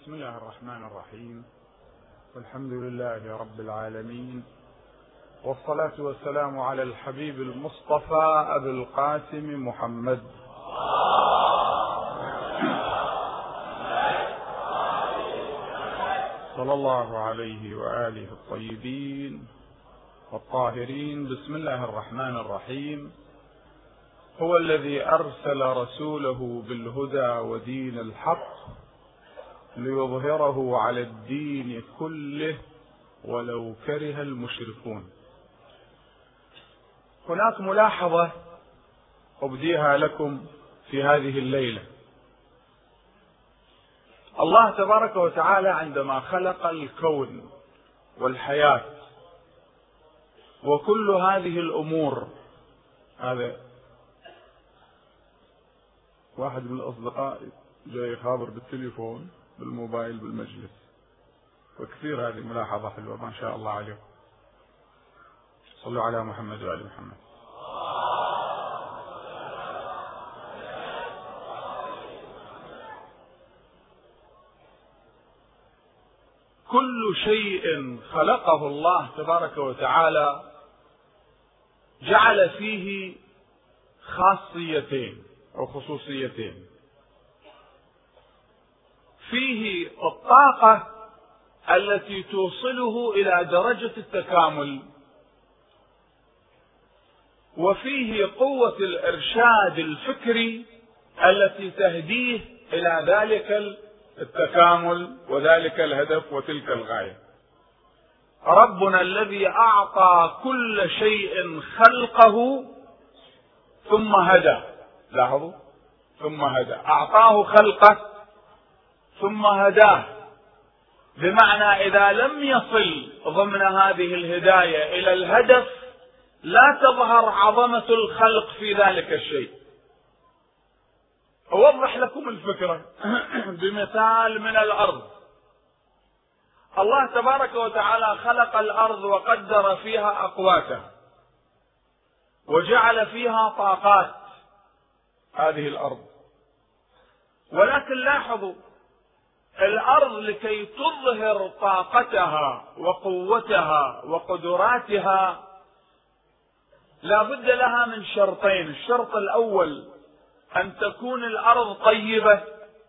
بسم الله الرحمن الرحيم، والحمد لله رب العالمين، والصلاة والسلام على الحبيب المصطفى أبي القاسم محمد صلى الله عليه وآله الطيبين الطاهرين. بسم الله الرحمن الرحيم. هو الذي أرسل رسوله بالهدى ودين الحق ليظهره على الدين كله ولو كره المشركون. هناك ملاحظة أبديها لكم في هذه الليلة. الله تبارك وتعالى عندما خلق الكون والحياة وكل هذه الأمور، هذا واحد من الأصدقاء جاي يخابر بالتليفون بالموبايل بالمجلس، وكثير هذه ملاحظة حلوة ما شاء الله عليكم. صلوا على محمد وآل محمد. كل شيء خلقه الله تبارك وتعالى جعل فيه خاصيتين أو خصوصيتين. فيه الطاقة التي توصله إلى درجة التكامل، وفيه قوة الإرشاد الفكري التي تهديه إلى ذلك التكامل وذلك الهدف وتلك الغاية. ربنا الذي أعطى كل شيء خلقه ثم هدى، لاحظوا، ثم هدى، أعطاه خلقه ثم هداه، بمعنى إذا لم يصل ضمن هذه الهداية إلى الهدف لا تظهر عظمة الخلق في ذلك الشيء. أوضح لكم الفكرة بمثال من الأرض. الله تبارك وتعالى خلق الأرض وقدر فيها أقواتها وجعل فيها طاقات هذه الأرض، ولكن لاحظوا الأرض لكي تظهر طاقتها وقوتها وقدراتها لا بد لها من شرطين. الشرط الأول أن تكون الأرض طيبة،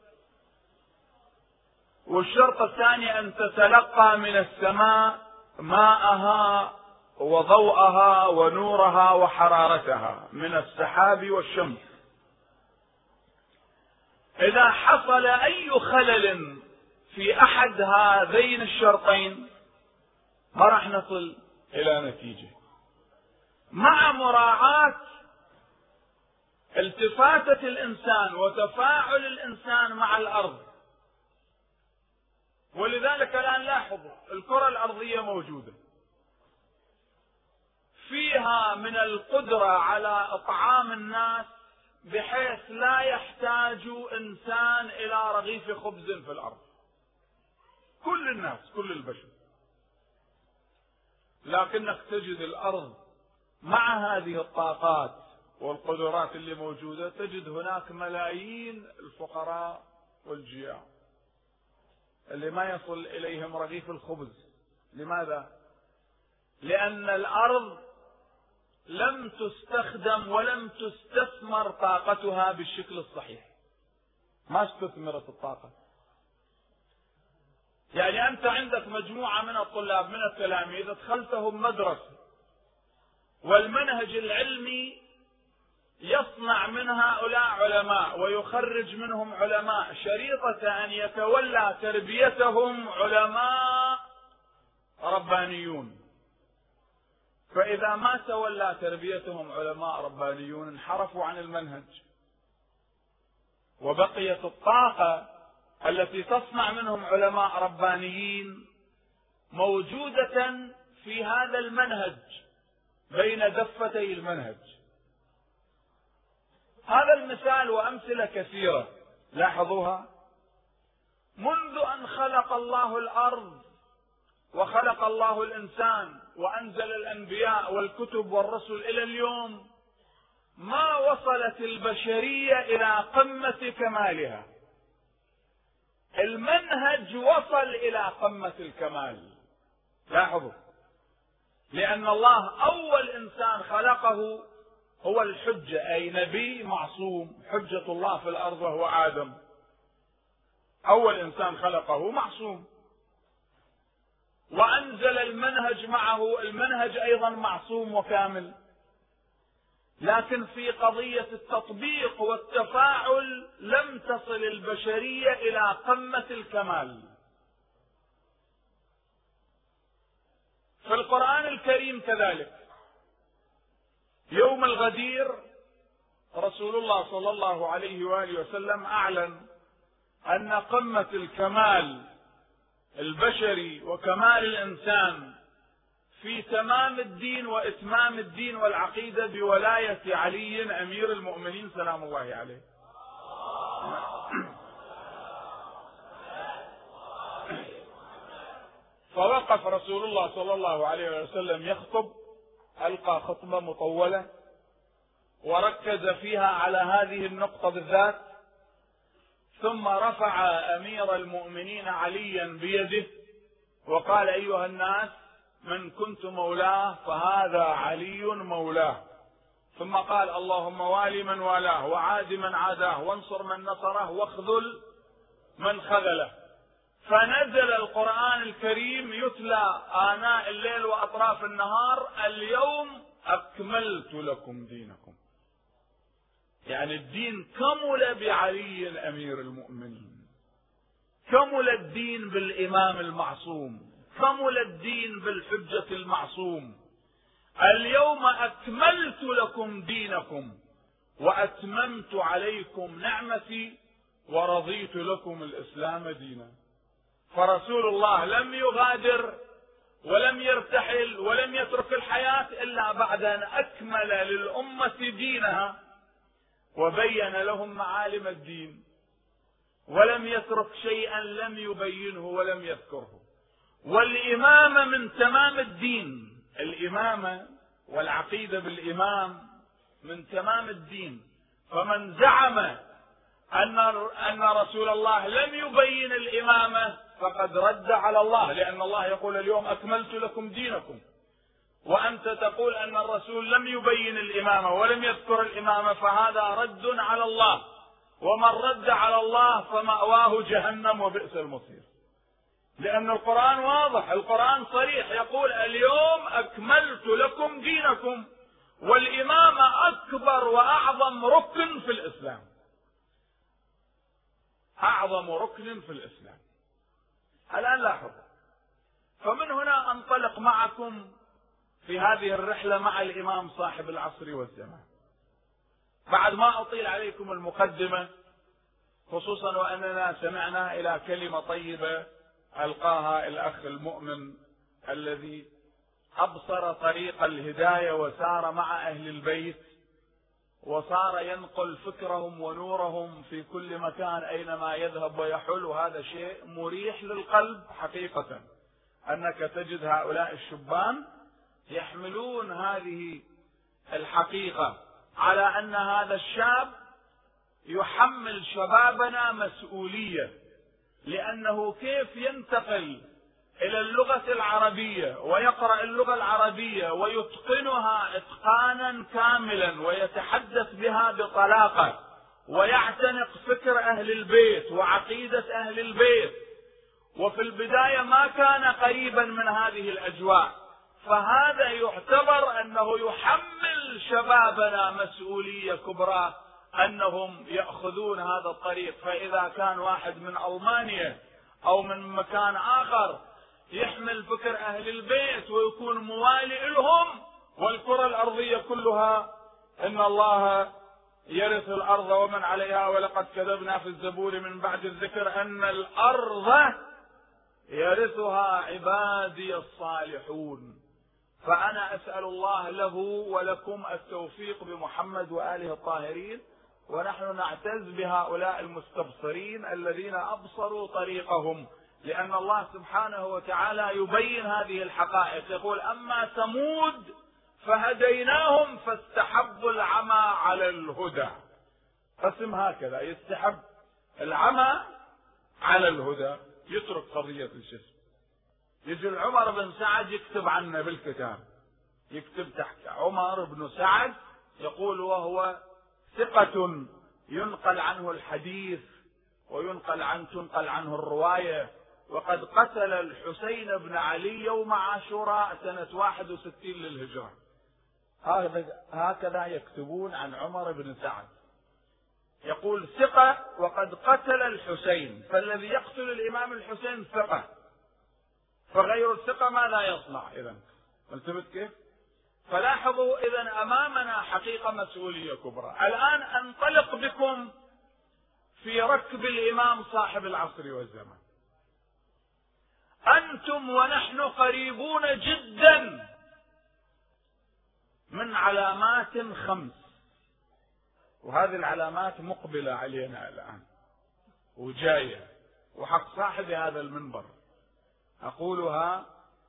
والشرط الثاني أن تتلقى من السماء ماءها وضوءها ونورها وحرارتها من السحاب والشمس. إذا حصل أي خلل في أحد هذين الشرطين ما راح نصل إلى نتيجة، مع مراعاة التفاتة الإنسان وتفاعل الإنسان مع الأرض. ولذلك الآن لاحظوا الكرة الأرضية موجودة، فيها من القدرة على إطعام الناس بحيث لا يحتاج إنسان إلى رغيف خبز في الأرض، كل الناس كل البشر. لكنك تجد الأرض مع هذه الطاقات والقدرات اللي موجودة تجد هناك ملايين الفقراء والجياع اللي ما يصل إليهم رغيف الخبز. لماذا؟ لأن الأرض لم تستخدم ولم تستثمر طاقتها بالشكل الصحيح، ما استثمرت الطاقة. يعني أنت عندك مجموعة من الطلاب من التلاميذ أدخلتهم مدرسة، والمنهج العلمي يصنع من هؤلاء علماء ويخرج منهم علماء، شريطة أن يتولى تربيتهم علماء ربانيون. فإذا ما تولى تربيتهم علماء ربانيون انحرفوا عن المنهج، وبقيت الطاقة التي تصنع منهم علماء ربانيين موجودة في هذا المنهج بين دفتي المنهج. هذا المثال وأمثلة كثيرة لاحظوها. منذ أن خلق الله الأرض وخلق الله الإنسان وأنزل الأنبياء والكتب والرسل إلى اليوم ما وصلت البشرية إلى قمة كمالها المنهج وصل إلى قمة الكمال. لاحظوا، لأن الله أول إنسان خلقه هو الحجة، أي نبي معصوم، حجة الله في الأرض وهو آدم. أول إنسان خلقه معصوم، وأنزل المنهج معه، المنهج أيضا معصوم وكامل. لكن في قضية التطبيق والتفاعل لم تصل البشرية إلى قمة الكمال. في القرآن الكريم كذلك، يوم الغدير رسول الله صلى الله عليه وآله وسلم أعلن أن قمة الكمال البشري وكمال الإنسان في تمام الدين وإتمام الدين والعقيدة بولاية علي أمير المؤمنين سلام الله عليه. فوقف رسول الله صلى الله عليه وسلم يخطب، ألقى خطبة مطولة وركز فيها على هذه النقطة بالذات، ثم رفع أمير المؤمنين عليا بيده وقال: أيها الناس، من كنت مولاه فهذا علي مولاه. ثم قال: اللهم والي من والاه، وعاد من عاداه، وانصر من نصره، واخذل من خذله. فنزل القرآن الكريم يتلى آناء الليل وأطراف النهار: اليوم أكملت لكم دينكم. يعني الدين كمل بعلي أمير المؤمنين، كمل الدين بالإمام المعصوم، كمل الدين بالحجة المعصوم. اليوم أكملت لكم دينكم وأتممت عليكم نعمتي ورضيت لكم الإسلام دينا. فرسول الله لم يغادر ولم يرتحل ولم يترك الحياة إلا بعد أن أكمل للأمة دينها وبين لهم معالم الدين، ولم يترك شيئا لم يبينه ولم يذكره. والإمامة من تمام الدين، الإمامة والعقيدة بالإمام من تمام الدين. فمن زعم أن رسول الله لم يبين الإمامة فقد رد على الله، لأن الله يقول: اليوم أكملت لكم دينكم، وأنت تقول أن الرسول لم يبين الإمامة ولم يذكر الإمامة، فهذا رد على الله، ومن رد على الله فمأواه جهنم وبئس المصير. لأن القرآن واضح، القرآن صريح، يقول: اليوم أكملت لكم دينكم، والإمامة أكبر وأعظم ركن في الإسلام، أعظم ركن في الإسلام. الآن لاحظوا، فمن هنا أنطلق معكم في هذه الرحلة مع الإمام صاحب العصر والزمان. بعد ما أطيل عليكم المقدمة، خصوصا وأننا سمعنا إلى كلمة طيبة ألقاها الأخ المؤمن الذي أبصر طريق الهداية وسار مع أهل البيت وصار ينقل فكرهم ونورهم في كل مكان أينما يذهب ويحل، وهذا شيء مريح للقلب حقيقة، أنك تجد هؤلاء الشبان يحملون هذه الحقيقة على أن هذا الشاب يحمل شبابنا مسؤولية، لأنه كيف ينتقل إلى اللغة العربية ويقرأ اللغة العربية ويتقنها إتقانا كاملا ويتحدث بها بطلاقة ويعتنق فكر أهل البيت وعقيدة أهل البيت، وفي البداية ما كان قريبا من هذه الأجواء. فهذا يعتبر أنه يحمل شبابنا مسؤولية كبرى أنهم يأخذون هذا الطريق. فإذا كان واحد من ألمانيا أو من مكان آخر يحمل فكر أهل البيت ويكون موالي لهم، والكرة الأرضية كلها إن الله يرث الأرض ومن عليها، ولقد كتبنا في الزبور من بعد الذكر أن الأرض يرثها عبادي الصالحون. فأنا أسأل الله له ولكم التوفيق بمحمد وآله الطاهرين، ونحن نعتز بهؤلاء المستبصرين الذين أبصروا طريقهم، لأن الله سبحانه وتعالى يبين هذه الحقائق. يقول: أما ثمود فهديناهم فاستحبوا العمى على الهدى. قسم هكذا، يستحب العمى على الهدى يترك قضية الجسم. يجي عمر بن سعد يكتب عنه بالكتاب، يكتب تحت عمر بن سعد يقول وهو ثقة ينقل عنه الحديث تنقل عنه الرواية، وقد قتل الحسين بن علي يوم عاشوراء سنة 61 للهجرة. هكذا يكتبون عن عمر بن سعد، يقول ثقة وقد قتل الحسين، فالذي يقتل الإمام الحسين ثقة، فغير الثقة ماذا يصنع؟ إذن انتبهت كيف؟ فلاحظوا إذن أمامنا حقيقة مسؤولية كبرى. الآن أنطلق بكم في ركب الإمام صاحب العصر والزمان. أنتم ونحن قريبون جدا من علامات 5، وهذه العلامات مقبلة علينا الآن وجاية، وحق صاحب هذا المنبر أقولها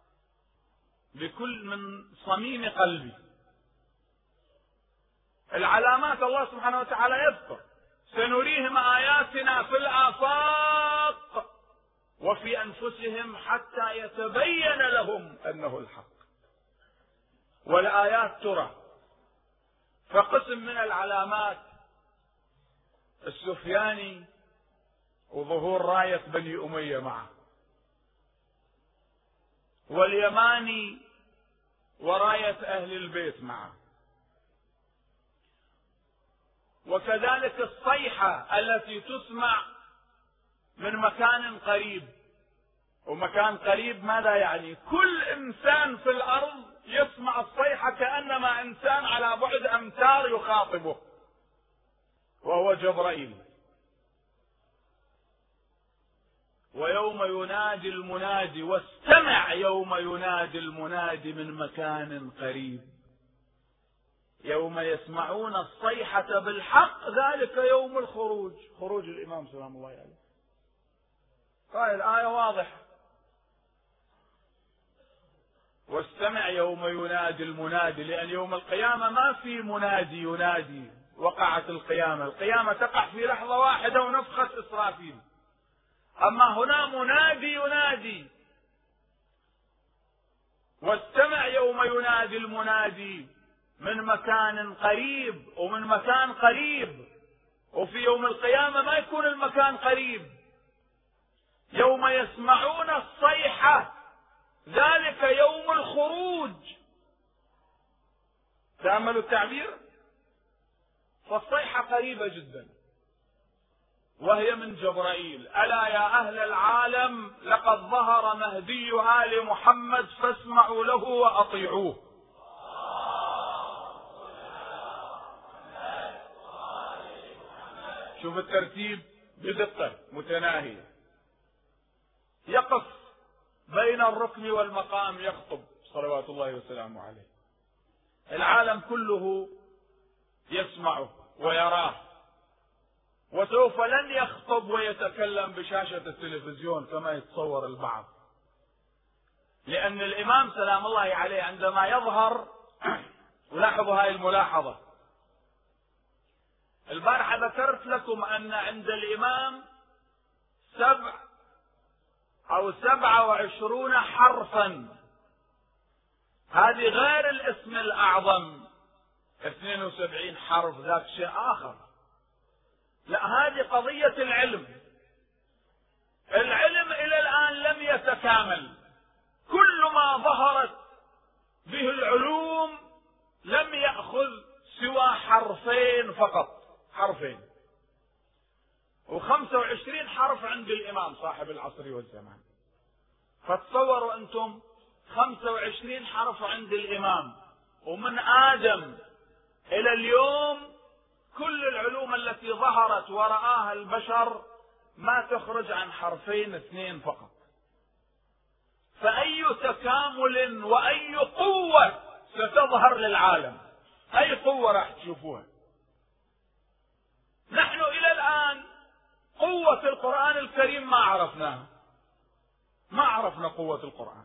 بكل من صميم قلبي. العلامات الله سبحانه وتعالى يذكر سنريهم آياتنا في الآفاق وفي أنفسهم حتى يتبين لهم أنه الحق، والآيات ترى. فقسم من العلامات السفياني وظهور راية بني أمية معه، واليماني وراية أهل البيت معه، وكذلك الصيحة التي تسمع من مكان قريب. ومكان قريب ماذا يعني؟ كل إنسان في الأرض يسمع الصيحة كأنما إنسان على بعد أمتار يخاطبه، وهو جبرائيل. ويوم ينادي المنادي، واستمع يوم ينادي المنادي من مكان قريب، يوم يسمعون الصيحة بالحق ذلك يوم الخروج، خروج الإمام سلام الله عليه. هاي الآية واضحة. واستمع يوم ينادي المنادي، لأن يوم القيامة ما في منادي ينادي، وقعت القيامة، القيامة تقع في لحظة واحدة ونفخة إسرافيل. أما هنا منادي ينادي. واستمع يوم ينادي المنادي من مكان قريب، ومن مكان قريب، وفي يوم القيامة ما يكون المكان قريب. يوم يسمعون الصيحة ذلك يوم الخروج. تأملوا التعبير، فالصيحة قريبة جدا وهي من جبرائيل. ألا يا أهل العالم لقد ظهر مهدي آل محمد فاسمعوا له وأطيعوه. شوف الترتيب بدقة متناهية. يقف بين الركن والمقام يخطب صلوات الله وسلامه عليه، العالم كله يسمعه ويراه، وسوف لن يخطب ويتكلم بشاشة التلفزيون كما يتصور البعض، لأن الإمام سلام الله عليه عندما يظهر، ولاحظوا هاي الملاحظة، البارحة ذكرت لكم أن عند الإمام 27 حرفا، هذه غير الاسم الأعظم 72 حرف، ذاك شيء آخر. لا، هذه قضية العلم. العلم إلى الآن لم يتكامل، كل ما ظهرت به العلوم لم يأخذ سوى حرفين فقط، حرفين، و25 حرف عند الإمام صاحب العصر والزمان. فتصوروا أنتم 25 حرف عند الإمام، ومن آدم إلى اليوم كل العلوم التي ظهرت ورآها البشر ما تخرج عن حرفين 2 فقط. فأي تكامل وأي قوة ستظهر للعالم؟ أي قوة راح تشوفوها؟ نحن إلى الآن قوة القرآن الكريم ما عرفناها، ما عرفنا قوة القرآن.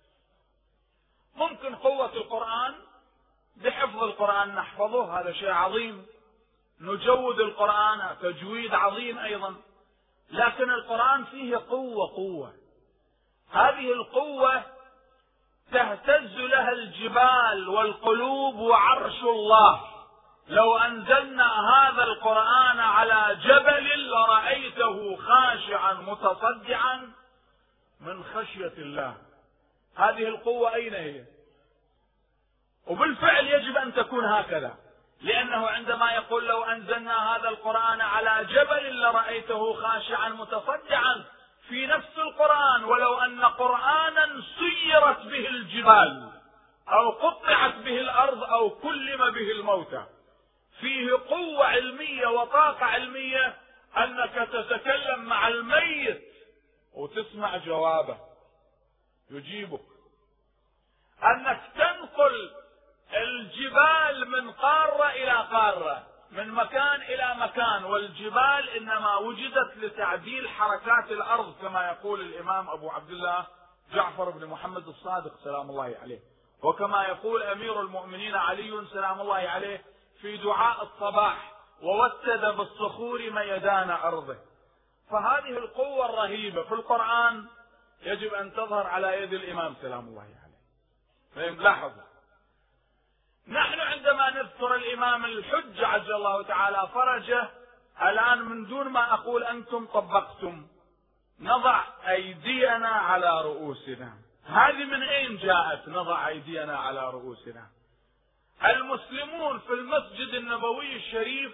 ممكن قوة القرآن بحفظ القرآن نحفظه، هذا شيء عظيم، نجود القرآن تجويد عظيم أيضا، لكن القرآن فيه قوة. هذه القوة تهتز لها الجبال والقلوب وعرش الله. لو أنزلنا هذا القرآن على جبل لرأيته خاشعا متصدعا من خشية الله. هذه القوة أين هي؟ وبالفعل يجب أن تكون هكذا، لأنه عندما يقول لو أنزلنا هذا القرآن على جبل لرأيته خاشعا متصدعا، في نفس القرآن ولو أن قرآنا سيرت به الجبال أو قطعت به الأرض أو كلم به الموتى، فيه قوة علمية وطاقة علمية أنك تتكلم مع الميت وتسمع جوابه يجيبك، أنك تنقل الجبال من قارة إلى قارة، من مكان إلى مكان، والجبال إنما وجدت لتعديل حركات الأرض كما يقول الإمام أبو عبد الله جعفر بن محمد الصادق سلام الله عليه، وكما يقول أمير المؤمنين علي سلام الله عليه في دعاء الصباح: ووسد بالصخور ميدان أرضه. فهذه القوة الرهيبة في القرآن يجب أن تظهر على يد الإمام سلام الله عليه. لاحظوا، نحن عندما نذكر الإمام الحج عجل الله تعالى فرجه الآن، من دون ما أقول أنتم طبقتم، نضع أيدينا على رؤوسنا. هذه من أين جاءت نضع أيدينا على رؤوسنا؟ المسلمون في المسجد النبوي الشريف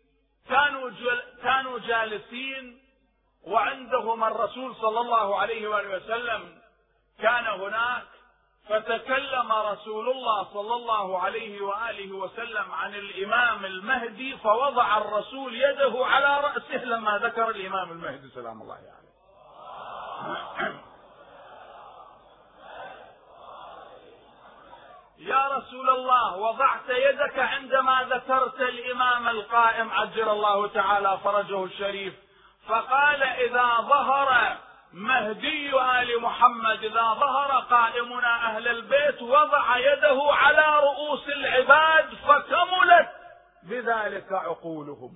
كانوا جالسين، وعندهم الرسول صلى الله عليه وآله وسلم كان هناك، فتكلم رسول الله صلى الله عليه وآله وسلم عن الإمام المهدي، فوضع الرسول يده على رأسه لما ذكر الإمام المهدي سلام الله عليه. يا رسول الله، وضعت يدك عندما ذكرت الإمام القائم عجل الله تعالى فرجه الشريف، فقال: إذا ظهر مهدي آل محمد، إذا ظهر قائمنا أهل البيت، وضع يده على رؤوس العباد فكملت بذلك عقولهم.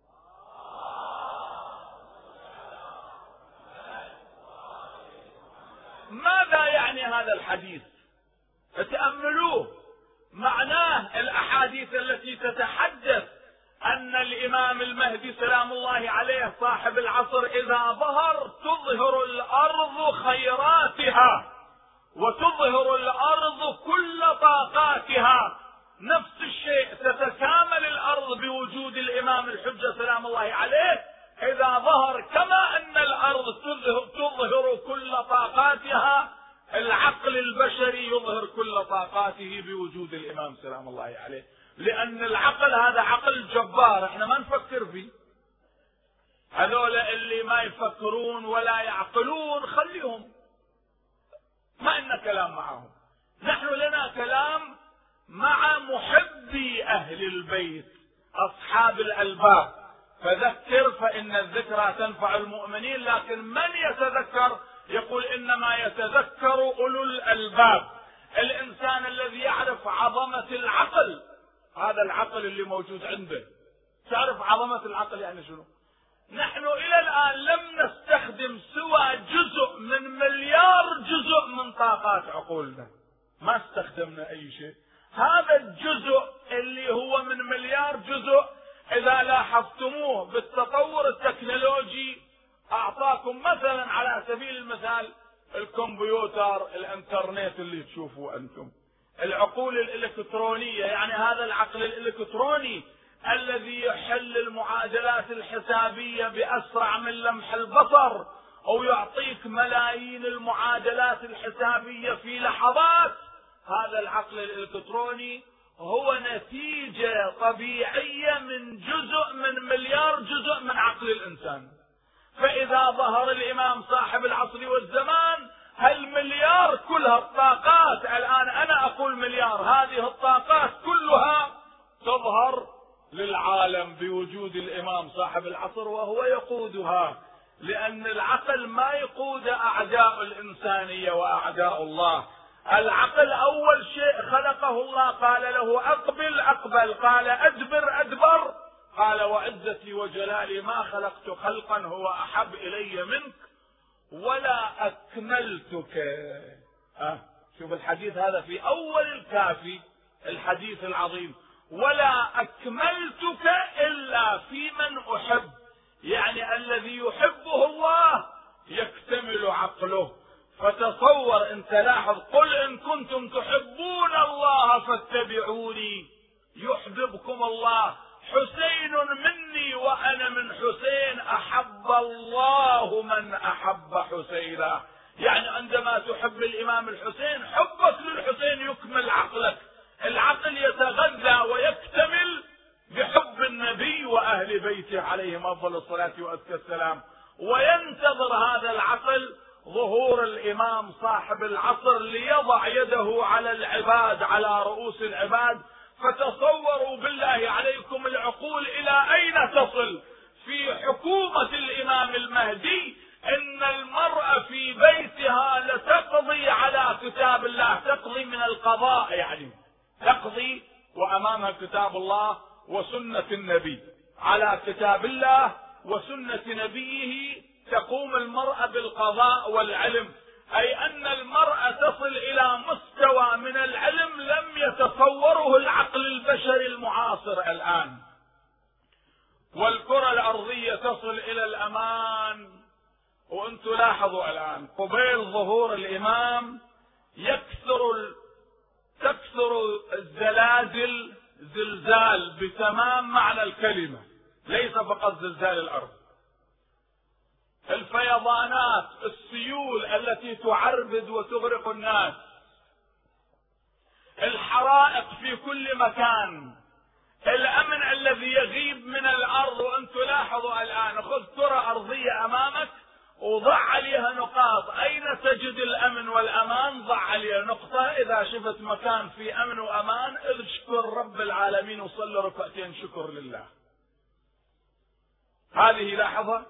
ماذا يعني هذا الحديث؟ تأملوه، معناه الأحاديث التي تتحدث أن الإمام المهدي سلام الله عليه صاحب العصر إذا ظهر تظهر الأرض خيراتها وتظهر الأرض كل طاقاتها. نفس الشيء تتكامل الأرض بوجود الإمام الحجة سلام الله عليه إذا ظهر، كما أن الأرض تظهر كل طاقاتها، العقل البشري يظهر كل طاقاته بوجود الإمام سلام الله عليه. لأن العقل هذا عقل جبار، احنا ما نفكر فيه. هذول اللي ما يفكرون ولا يعقلون خليهم، ما لنا كلام معهم. نحن لنا كلام مع محبي أهل البيت أصحاب الألباب. فذكر فإن الذكرى تنفع المؤمنين، لكن من يتذكر؟ يقول: إنما يتذكر أولو الألباب. الإنسان الذي يعرف عظمة العقل، هذا العقل اللي موجود عنده، تعرف عظمة العقل يعني شنو؟ نحن إلى الآن لم نستخدم سوى جزء من مليار جزء من طاقات عقولنا، ما استخدمنا أي شيء. هذا الجزء اللي هو من مليار جزء إذا لاحظتموه بالتطور التكنولوجي أعطاكم مثلا على سبيل المثال الكمبيوتر، الانترنت اللي تشوفوه أنتم، العقول الإلكترونية، يعني هذا العقل الإلكتروني الذي يحل المعادلات الحسابية بأسرع من لمح البصر، أو يعطيك ملايين المعادلات الحسابية في لحظات. هذا العقل الإلكتروني هو نتيجة طبيعية من جزء من مليار جزء من عقل الإنسان. فإذا ظهر الإمام صاحب العصر والزمان، هالمليار كلها الطاقات، الآن أنا أقول مليار، هذه الطاقات كلها تظهر للعالم بوجود الإمام صاحب العصر وهو يقودها. لأن العقل ما يقود أعداء الإنسانية وأعداء الله. العقل أول شيء خلقه الله قال له أقبل أقبل، قال أدبر أدبر، قال وعزتي وجلالي ما خلقت خلقا هو أحب إلي منك ولا أكملتك. شوف الحديث هذا في أول الكافي، الحديث العظيم، ولا أكملتك إلا في من أحب، يعني الذي يحبه الله يكتمل عقله. فتصور انت لاحظ، قل إن كنتم تحبون الله فاتبعوني يحببكم الله. حسين مني وأنا من حسين، أحب الله من أحب حسينا. يعني عندما تحب الإمام الحسين حبك للحسين يكمل عقلك، العقل يتغذى ويكتمل بحب النبي وأهل بيته عليهم أفضل الصلاة وأزكى السلام. وينتظر هذا العقل ظهور الإمام صاحب العصر ليضع يده على العباد، على رؤوس العباد. فتصوروا بالله عليكم العقول إلى أين تصل في حكومة الإمام المهدي، إن المرأة في بيتها لتقضي على كتاب الله، تقضي من القضاء، يعني تقضي وأمامها كتاب الله وسنة النبي. على كتاب الله وسنة نبيه تقوم المرأة بالقضاء والعلم، أي أن المرأة تصل إلى مستوى من العلم لم يتصوره العقل البشري المعاصر الآن. والكرة الأرضية تصل إلى الأمان. وأنتم لاحظوا الآن قبيل ظهور الإمام تكثر الزلازل، زلزال بتمام معنى الكلمة، ليس فقط زلزال الأرض، الفيضانات، السيول التي تعربد وتغرق الناس، الحرائق في كل مكان، الأمن الذي يغيب من الأرض. وأنتم لاحظوا الآن، خذ كرة أرضية أمامك وضع عليها نقاط، أين تجد الأمن والأمان؟ ضع عليها نقطة. إذا شفت مكان في أمن وأمان اذكر رب العالمين وصل ركعتين شكر لله. هذه لاحظة.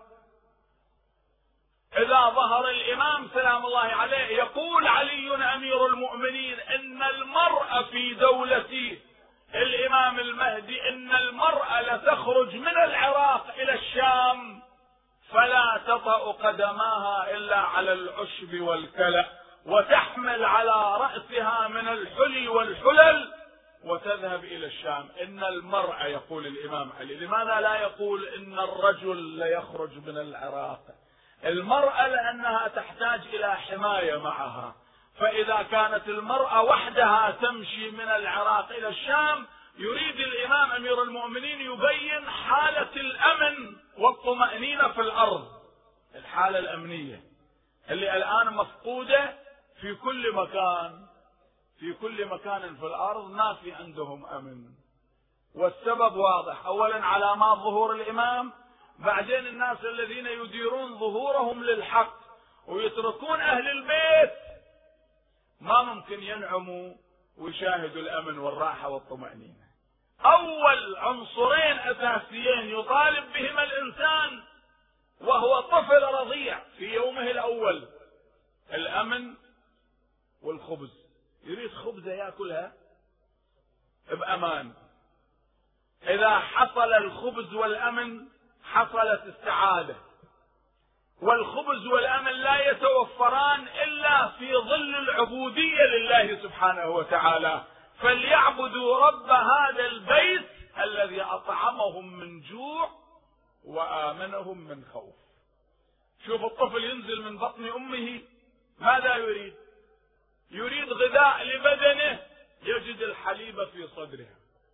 إذا ظهر الإمام سلام الله عليه يقول علي أمير المؤمنين إن المرأة في دولة الإمام المهدي، إن المرأة لتخرج من العراق إلى الشام فلا تطأ قدماها إلا على العشب والكلأ، وتحمل على رأسها من الحلي والحلل وتذهب إلى الشام. إن المرأة، يقول الإمام علي، لماذا لا يقول إن الرجل ليخرج من العراق؟ المرأة لأنها تحتاج إلى حماية معها، فإذا كانت المرأة وحدها تمشي من العراق إلى الشام، يريد الإمام أمير المؤمنين يبين حالة الأمن والطمأنينة في الأرض، الحالة الأمنية اللي الآن مفقودة في كل مكان، في كل مكان في الأرض ما في عندهم أمن. والسبب واضح، أولا علامات ظهور الإمام، بعدين الناس الذين يديرون ظهورهم للحق ويتركون أهل البيت ما ممكن ينعموا ويشاهدوا الأمن والراحة والطمأنينة. أول عنصرين أساسيين يطالب بهما الإنسان وهو طفل رضيع في يومه الأول، الأمن والخبز. يريد خبزة يأكلها بأمان. إذا حصل الخبز والأمن حصلت السعادة. والخبز والأمن لا يتوفران إلا في ظل العبودية لله سبحانه وتعالى. فليعبدوا رب هذا البيت الذي أطعمهم من جوع وآمنهم من خوف. شوف الطفل ينزل من بطن أمه ماذا يريد؟ يريد غذاء لبدنه، يجد الحليب في صدرها،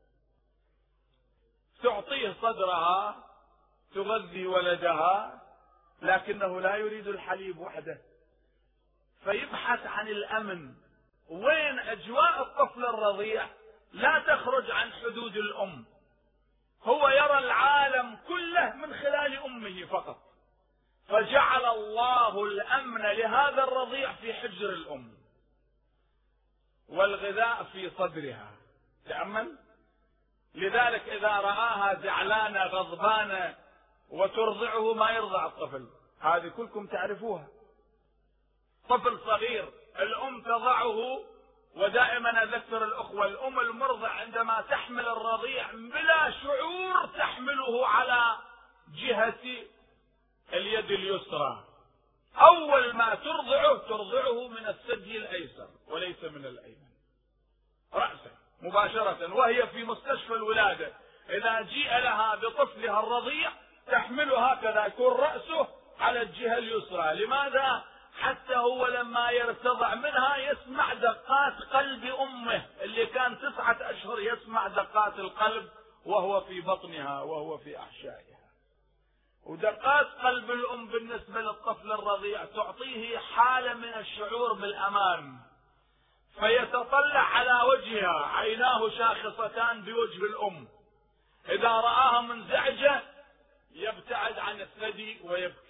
تعطيه صدرها تغذي ولدها، لكنه لا يريد الحليب وحده، فيبحث عن الأمن. وين أجواء الطفل الرضيع؟ لا تخرج عن حدود الأم، هو يرى العالم كله من خلال أمه فقط، فجعل الله الأمن لهذا الرضيع في حجر الأم والغذاء في صدرها. تأمل. لذلك إذا رآها زعلانة غضبانة وترضعه ما يرضع الطفل، هذه كلكم تعرفوها. طفل صغير الأم تضعه ودائما أذكر الأخوة، الأم المرضع عندما تحمل الرضيع بلا شعور تحمله على جهة اليد اليسرى، أول ما ترضعه من الثدي الأيسر وليس من الأيمن رأسا مباشرة، وهي في مستشفى الولادة إذا جيء لها بطفلها الرضيع تحمله هكذا، يكون رأسه على الجهة اليسرى. لماذا؟ حتى هو لما يرتضع منها يسمع دقات قلب أمه اللي كان 9 أشهر، يسمع دقات القلب وهو في بطنها وهو في أحشائها. ودقات قلب الأم بالنسبة للطفل الرضيع تعطيه حالة من الشعور بالأمان، فيتطلع على وجهها، عيناه شاخصتان بوجه الأم، إذا رآها منزعجة يبتعد عن الثدي ويبكي.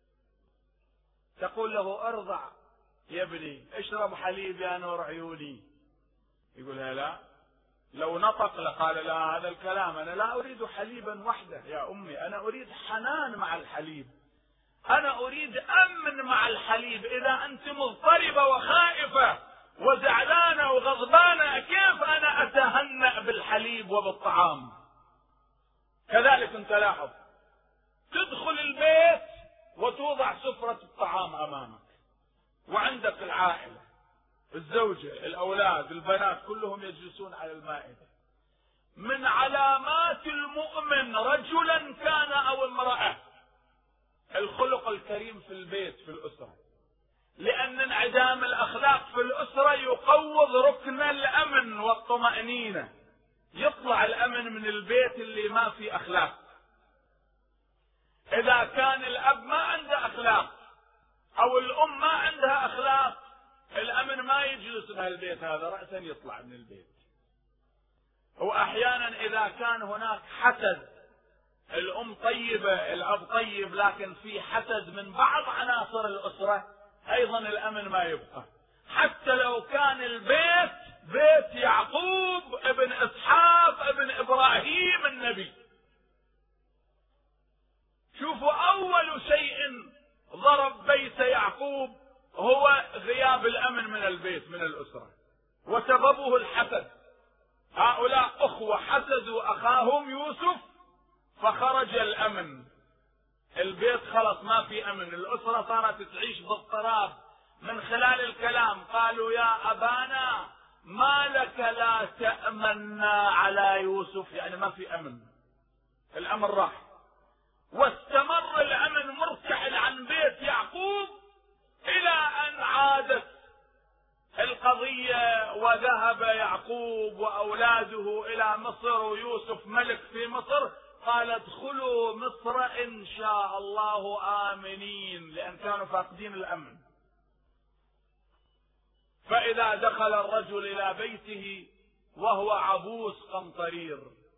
تقول له ارضع يا ابني، اشرب حليب يا نور عيوني، يقول لها لا. لو نطق لقال لا هذا الكلام، أنا لا أريد حليبا وحده يا أمي، أنا أريد حنان مع الحليب، أنا أريد أمن مع الحليب. إذا أنت مضطربة وخائفة وزعلانة وغضبانة كيف أنا أتهنأ بالحليب وبالطعام؟ كذلك انت لاحظ، تدخل البيت وتوضع سفرة الطعام أمامك، وعندك العائلة، الزوجة، الأولاد، البنات، كلهم يجلسون على المائدة. من علامات المؤمن رجلا كان أو امرأة الخلق الكريم في البيت في الأسرة، لأن انعدام الأخلاق في الأسرة يقوض ركن الأمن والطمأنينة. يطلع الأمن من البيت اللي ما في أخلاق. إذا كان الأب ما عنده أخلاق أو الأم ما عندها أخلاق، الأمن ما يجلس بهالبيت هذا، رأسا يطلع من البيت. وأحيانا إذا كان هناك حسد، الأم طيبة الأب طيب، لكن في حسد من بعض عناصر الأسرة، أيضا الأمن ما يبقى. حتى لو كان البيت بيت يعقوب ابن إسحاق ابن إبراهيم النبي، شوفوا أول شيء ضرب بيت يعقوب هو غياب الأمن من البيت من الأسرة، وسببه الحسد. هؤلاء أخوة حسدوا أخاهم يوسف فخرج الأمن، البيت خلص ما في أمن، الأسرة صارت تعيش باضطراب. من خلال الكلام قالوا يا أبانا ما لك لا تأمنا على يوسف، يعني ما في أمن، الأمن راح. واستمر الأمن مرتحل عن بيت يعقوب إلى أن عادت القضية وذهب يعقوب وأولاده إلى مصر ويوسف ملك في مصر. قال ادخلوا مصر إن شاء الله آمنين، لأن كانوا فاقدين الأمن. فإذا دخل الرجل إلى بيته وهو عبوس قمطرير،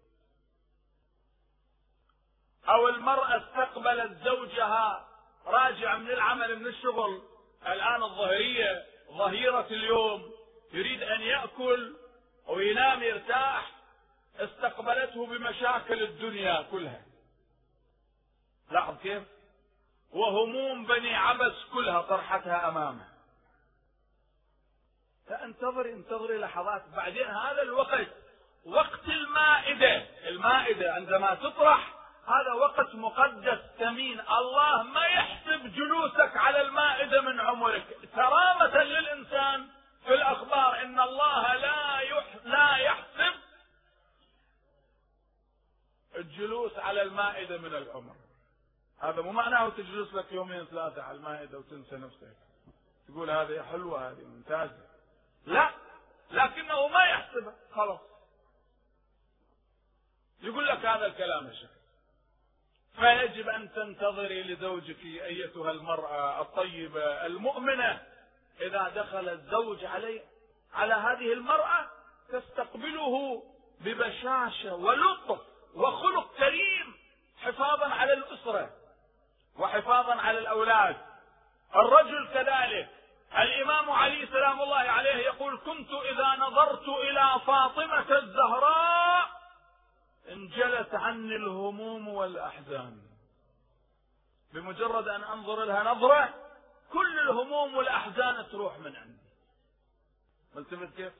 أو المرأة استقبلت زوجها راجع من العمل من الشغل، الآن الظهرية ظهيرة اليوم، يريد أن يأكل وينام يرتاح، استقبلته بمشاكل الدنيا كلها. لاحظ كيف؟ وهموم بني عبس كلها طرحتها أمامه. انتظري لحظات، بعدين هذا الوقت وقت المائدة عندما تطرح، هذا وقت مقدس ثمين. الله ما يحسب جلوسك على المائدة من عمرك. كرامة للإنسان في الأخبار إن الله لا يحسب الجلوس على المائدة من العمر. هذا مو معناه تجلس لك 2 3 على المائدة وتنسى نفسك، تقول هذه حلوة هذه ممتازة، لا، لكنه ما يحسبها خلاص. يقول لك هذا الكلام يا شيخ. فيجب أن تنتظري لزوجك أيتها المرأة الطيبة المؤمنة، إذا دخل الزوج على هذه المرأة تستقبله ببشاشة ولطف وخلق كريم، حفاظا على الأسرة وحفاظا على الأولاد. الرجل كذلك. الإمام علي سلام الله عليه يقول كنت إذا نظرت إلى فاطمة الزهراء انجلت عني الهموم والأحزان. بمجرد أن أنظر لها نظرة كل الهموم والأحزان تروح من عندي. ملتفت كيف؟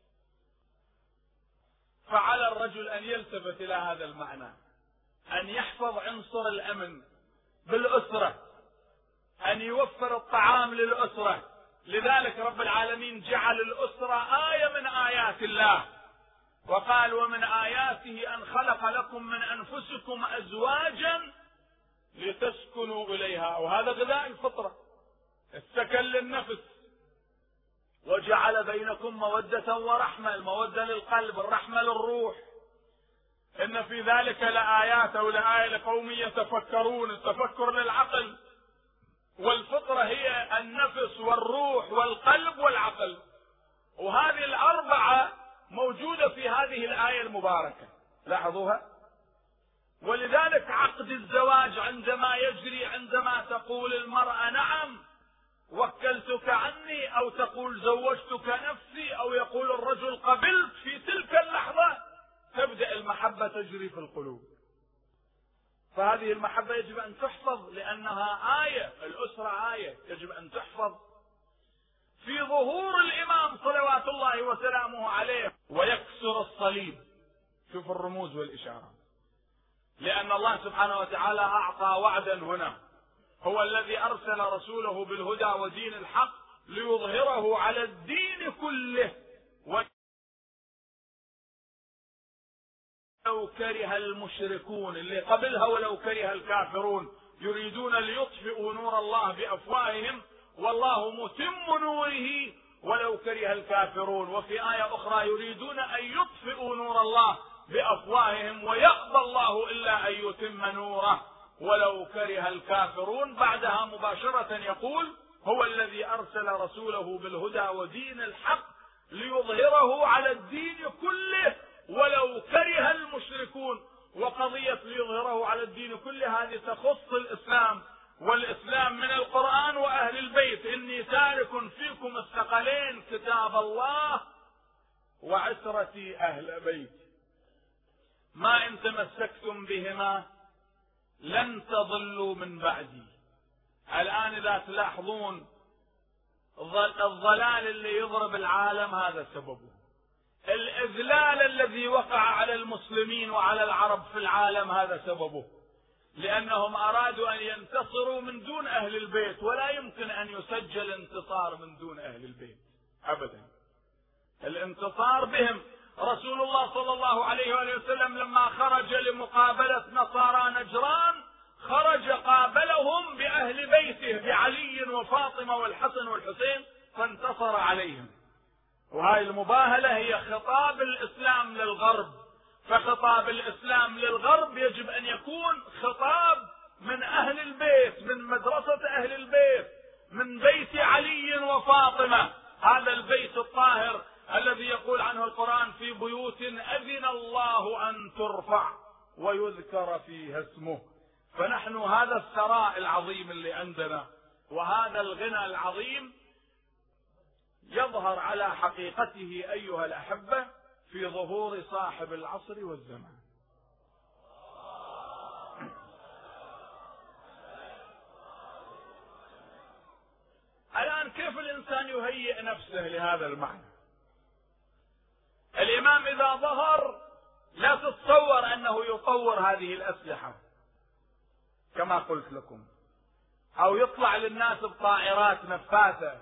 فعلى الرجل أن يلتفت إلى هذا المعنى، أن يحفظ عنصر الأمن بالأسرة، أن يوفر الطعام للأسرة. لذلك رب العالمين جعل الأسرة آية من آيات الله، وقال: ومن آياته أن خلق لكم من أنفسكم أزواجا لتسكنوا إليها، وهذا غذاء الفطرة، السكن للنفس. وجعل بينكم مودة ورحمة، المودة للقلب، الرحمة للروح. إن في ذلك لآيات أو لآية لقوم يتفكرون، التفكر للعقل، والفطرة هي النفس والروح والقلب والعقل، وهذه الأربعة موجودة في هذه الآية المباركة، لاحظوها. ولذلك عقد الزواج عندما يجري، عندما تقول المرأة نعم وكلتك عني، أو تقول زوجتك نفسي، أو يقول الرجل قبلت، في تلك اللحظة تبدأ المحبة تجري في القلوب. فهذه المحبة يجب أن تحفظ، لأنها آية، الأسرة آية يجب أن تحفظ. في ظهور الإمام صلوات الله وسلامه عليه ويكسر الصليب، شوف الرموز والإشارات، لأن الله سبحانه وتعالى أعطى وعدا هنا: هو الذي أرسل رسوله بالهدى ودين الحق ليظهره على الدين كله ولو كره المشركون، اللي قبلها ولو كره الكافرون، يريدون ليطفئوا نور الله بأفواههم والله متم نوره ولو كره الكافرون. وفي آية أخرى: يريدون أن يطفئوا نور الله بأفواههم ويأبى الله إلا أن يتم نوره ولو كره الكافرون. بعدها مباشرة يقول: هو الذي أرسل رسوله بالهدى ودين الحق ليظهره على الدين كله ولو كره المشركون. وقضية ليظهره على الدين كله هذه تخص الإسلام، والإسلام من القرآن وأهل البيت: إني تارك فيكم الثقلين كتاب الله وعترتي أهل بيتي، ما إن تمسكتم بهما لن تضلوا من بعدي. الآن إذا تلاحظون الضلال اللي يضرب العالم هذا سببه، الإذلال الذي وقع على المسلمين وعلى العرب في العالم هذا سببه، لأنهم أرادوا أن ينتصروا من دون أهل البيت، ولا يمكن أن يسجل انتصار من دون أهل البيت أبدا. الانتصار بهم. رسول الله صلى الله عليه وآله وسلم لما خرج لمقابلة نصارى نجران خرج قابلهم بأهل بيته، بعلي وفاطمة والحسن والحسين، فانتصر عليهم. وهذه المباهلة هي خطاب الإسلام للغرب، فخطاب الإسلام للغرب يجب أن يكون خطاب من أهل البيت، من مدرسة أهل البيت، من بيت علي وفاطمة، هذا البيت الطاهر الذي يقول عنه القرآن: في بيوت أذن الله أن ترفع ويذكر فيها اسمه. فنحن هذا الثراء العظيم اللي عندنا وهذا الغنى العظيم يظهر على حقيقته أيها الأحبة في ظهور صاحب العصر والزمان. الآن كيف الإنسان يهيئ نفسه لهذا المعنى؟ الإمام إذا ظهر لا تتصور أنه يطور هذه الأسلحة كما قلت لكم، أو يطلع للناس بطائرات نفاثة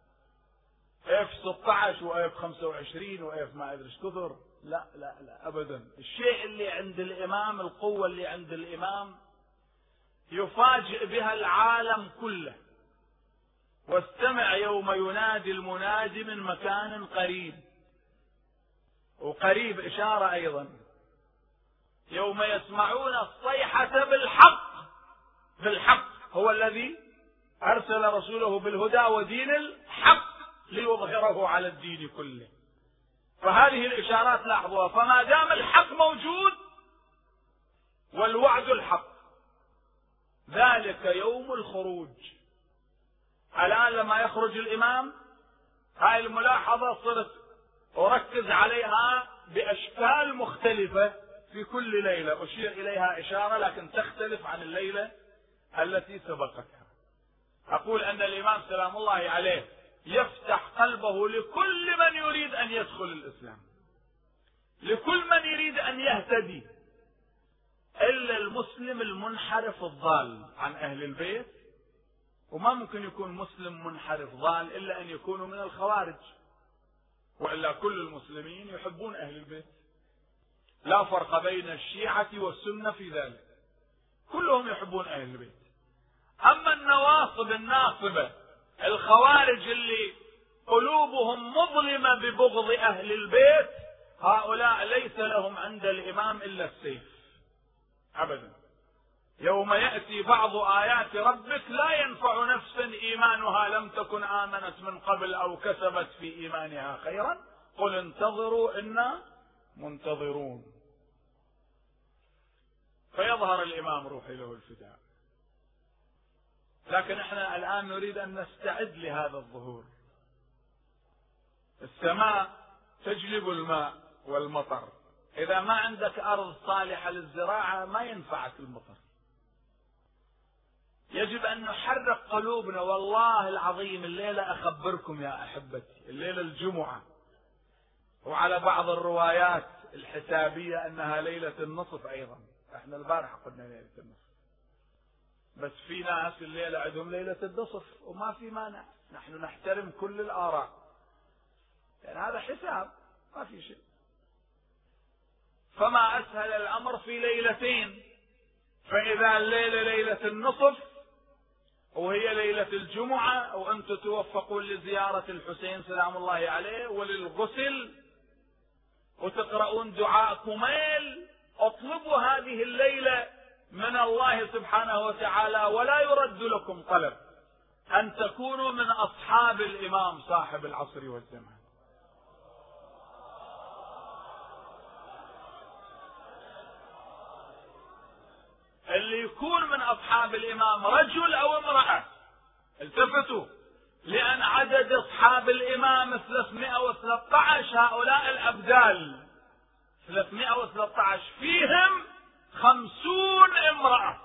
F-16 وF-25 وF ما أدري ايش كثر. لا لا لا أبدا. الشيء اللي عند الإمام، القوة اللي عند الإمام يفاجئ بها العالم كله. واستمع يوم ينادي المنادي من مكان قريب، وقريب إشارة أيضا، يوم يسمعون الصيحة بالحق. بالحق هو الذي أرسل رسوله بالهدى ودين الحق ليظهره على الدين كله. فهذه الإشارات لاحظوها. فما دام الحق موجود والوعد الحق، ذلك يوم الخروج. الآن لما يخرج الإمام، هاي الملاحظة صرت أركز عليها بأشكال مختلفة في كل ليلة، أشير إليها إشارة لكن تختلف عن الليلة التي سبقتها. أقول أن الإمام سلام الله عليه يفتح قلبه لكل من يريد أن يدخل الإسلام، لكل من يريد أن يهتدي، إلا المسلم المنحرف الضال عن أهل البيت. وما ممكن يكون مسلم منحرف ضال إلا أن يكونوا من الخوارج، وإلا كل المسلمين يحبون أهل البيت، لا فرق بين الشيعة والسنة في ذلك، كلهم يحبون أهل البيت. أما النواصب الناصبة الخوارج اللي قلوبهم مظلمة ببغض أهل البيت، هؤلاء ليس لهم عند الإمام إلا السيف أبدا. يوم يأتي بعض آيات ربك لا ينفع نفسا إيمانها لم تكن آمنت من قبل أو كسبت في إيمانها خيرا قل انتظروا إنا منتظرون. فيظهر الإمام روحي له الفداء. لكن احنا الآن نريد أن نستعد لهذا الظهور. السماء تجلب الماء والمطر، إذا ما عندك أرض صالحة للزراعة ما ينفعك المطر. يجب أن نحرك قلوبنا. والله العظيم الليلة أخبركم يا أحبتي، الليلة الجمعة، وعلى بعض الروايات الحسابية أنها ليلة النصف أيضا، احنا البارحة قلنا ليلة النصف، بس في ناس الليلة عندهم ليلة النصف وما في مانع، نحن نحترم كل الآراء، يعني هذا حساب ما في شيء. فما أسهل الأمر في ليلتين، فإذا الليلة ليلة النصف وهي ليلة الجمعة وأنتم توفقون لزيارة الحسين سلام الله عليه وللغسل وتقرؤون دعاء كميل، اطلبوا هذه الليلة من الله سبحانه وتعالى، ولا يرد لكم طلب أن تكونوا من أصحاب الإمام صاحب العصر والزمان. اللي يكون من أصحاب الإمام رجل أو امرأة، التفتوا، لأن عدد أصحاب الإمام 313، هؤلاء الأبدال 313 فيهم 50 امرأة،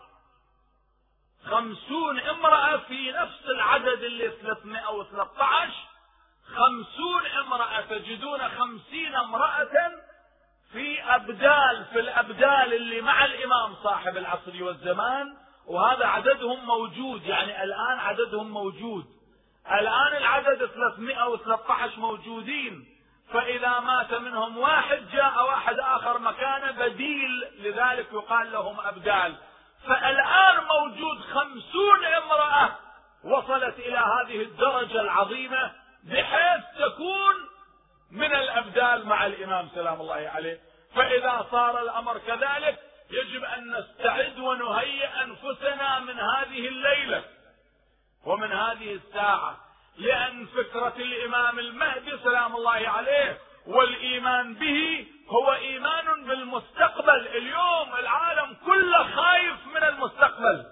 50 امرأة في نفس العدد اللي 313، 50 امرأة. تجدون 50 امرأة في أبدال، في الأبدال اللي مع الإمام صاحب العصر والزمان، وهذا عددهم موجود، يعني الآن عددهم موجود، الآن العدد 313 موجودين، فإذا مات منهم واحد جاء واحد آخر مكانه بديل، لذلك يقال لهم أبدال. فالآن موجود 50 امرأة وصلت إلى هذه الدرجة العظيمة بحيث تكون من الأبدال مع الإمام سلام الله عليه. فإذا صار الأمر كذلك يجب أن نستعد ونهيئ أنفسنا من هذه الليلة ومن هذه الساعة، لأن فكرة الإمام المهدي سلام الله عليه والإيمان به هو إيمان بالمستقبل. اليوم العالم كله خايف من المستقبل،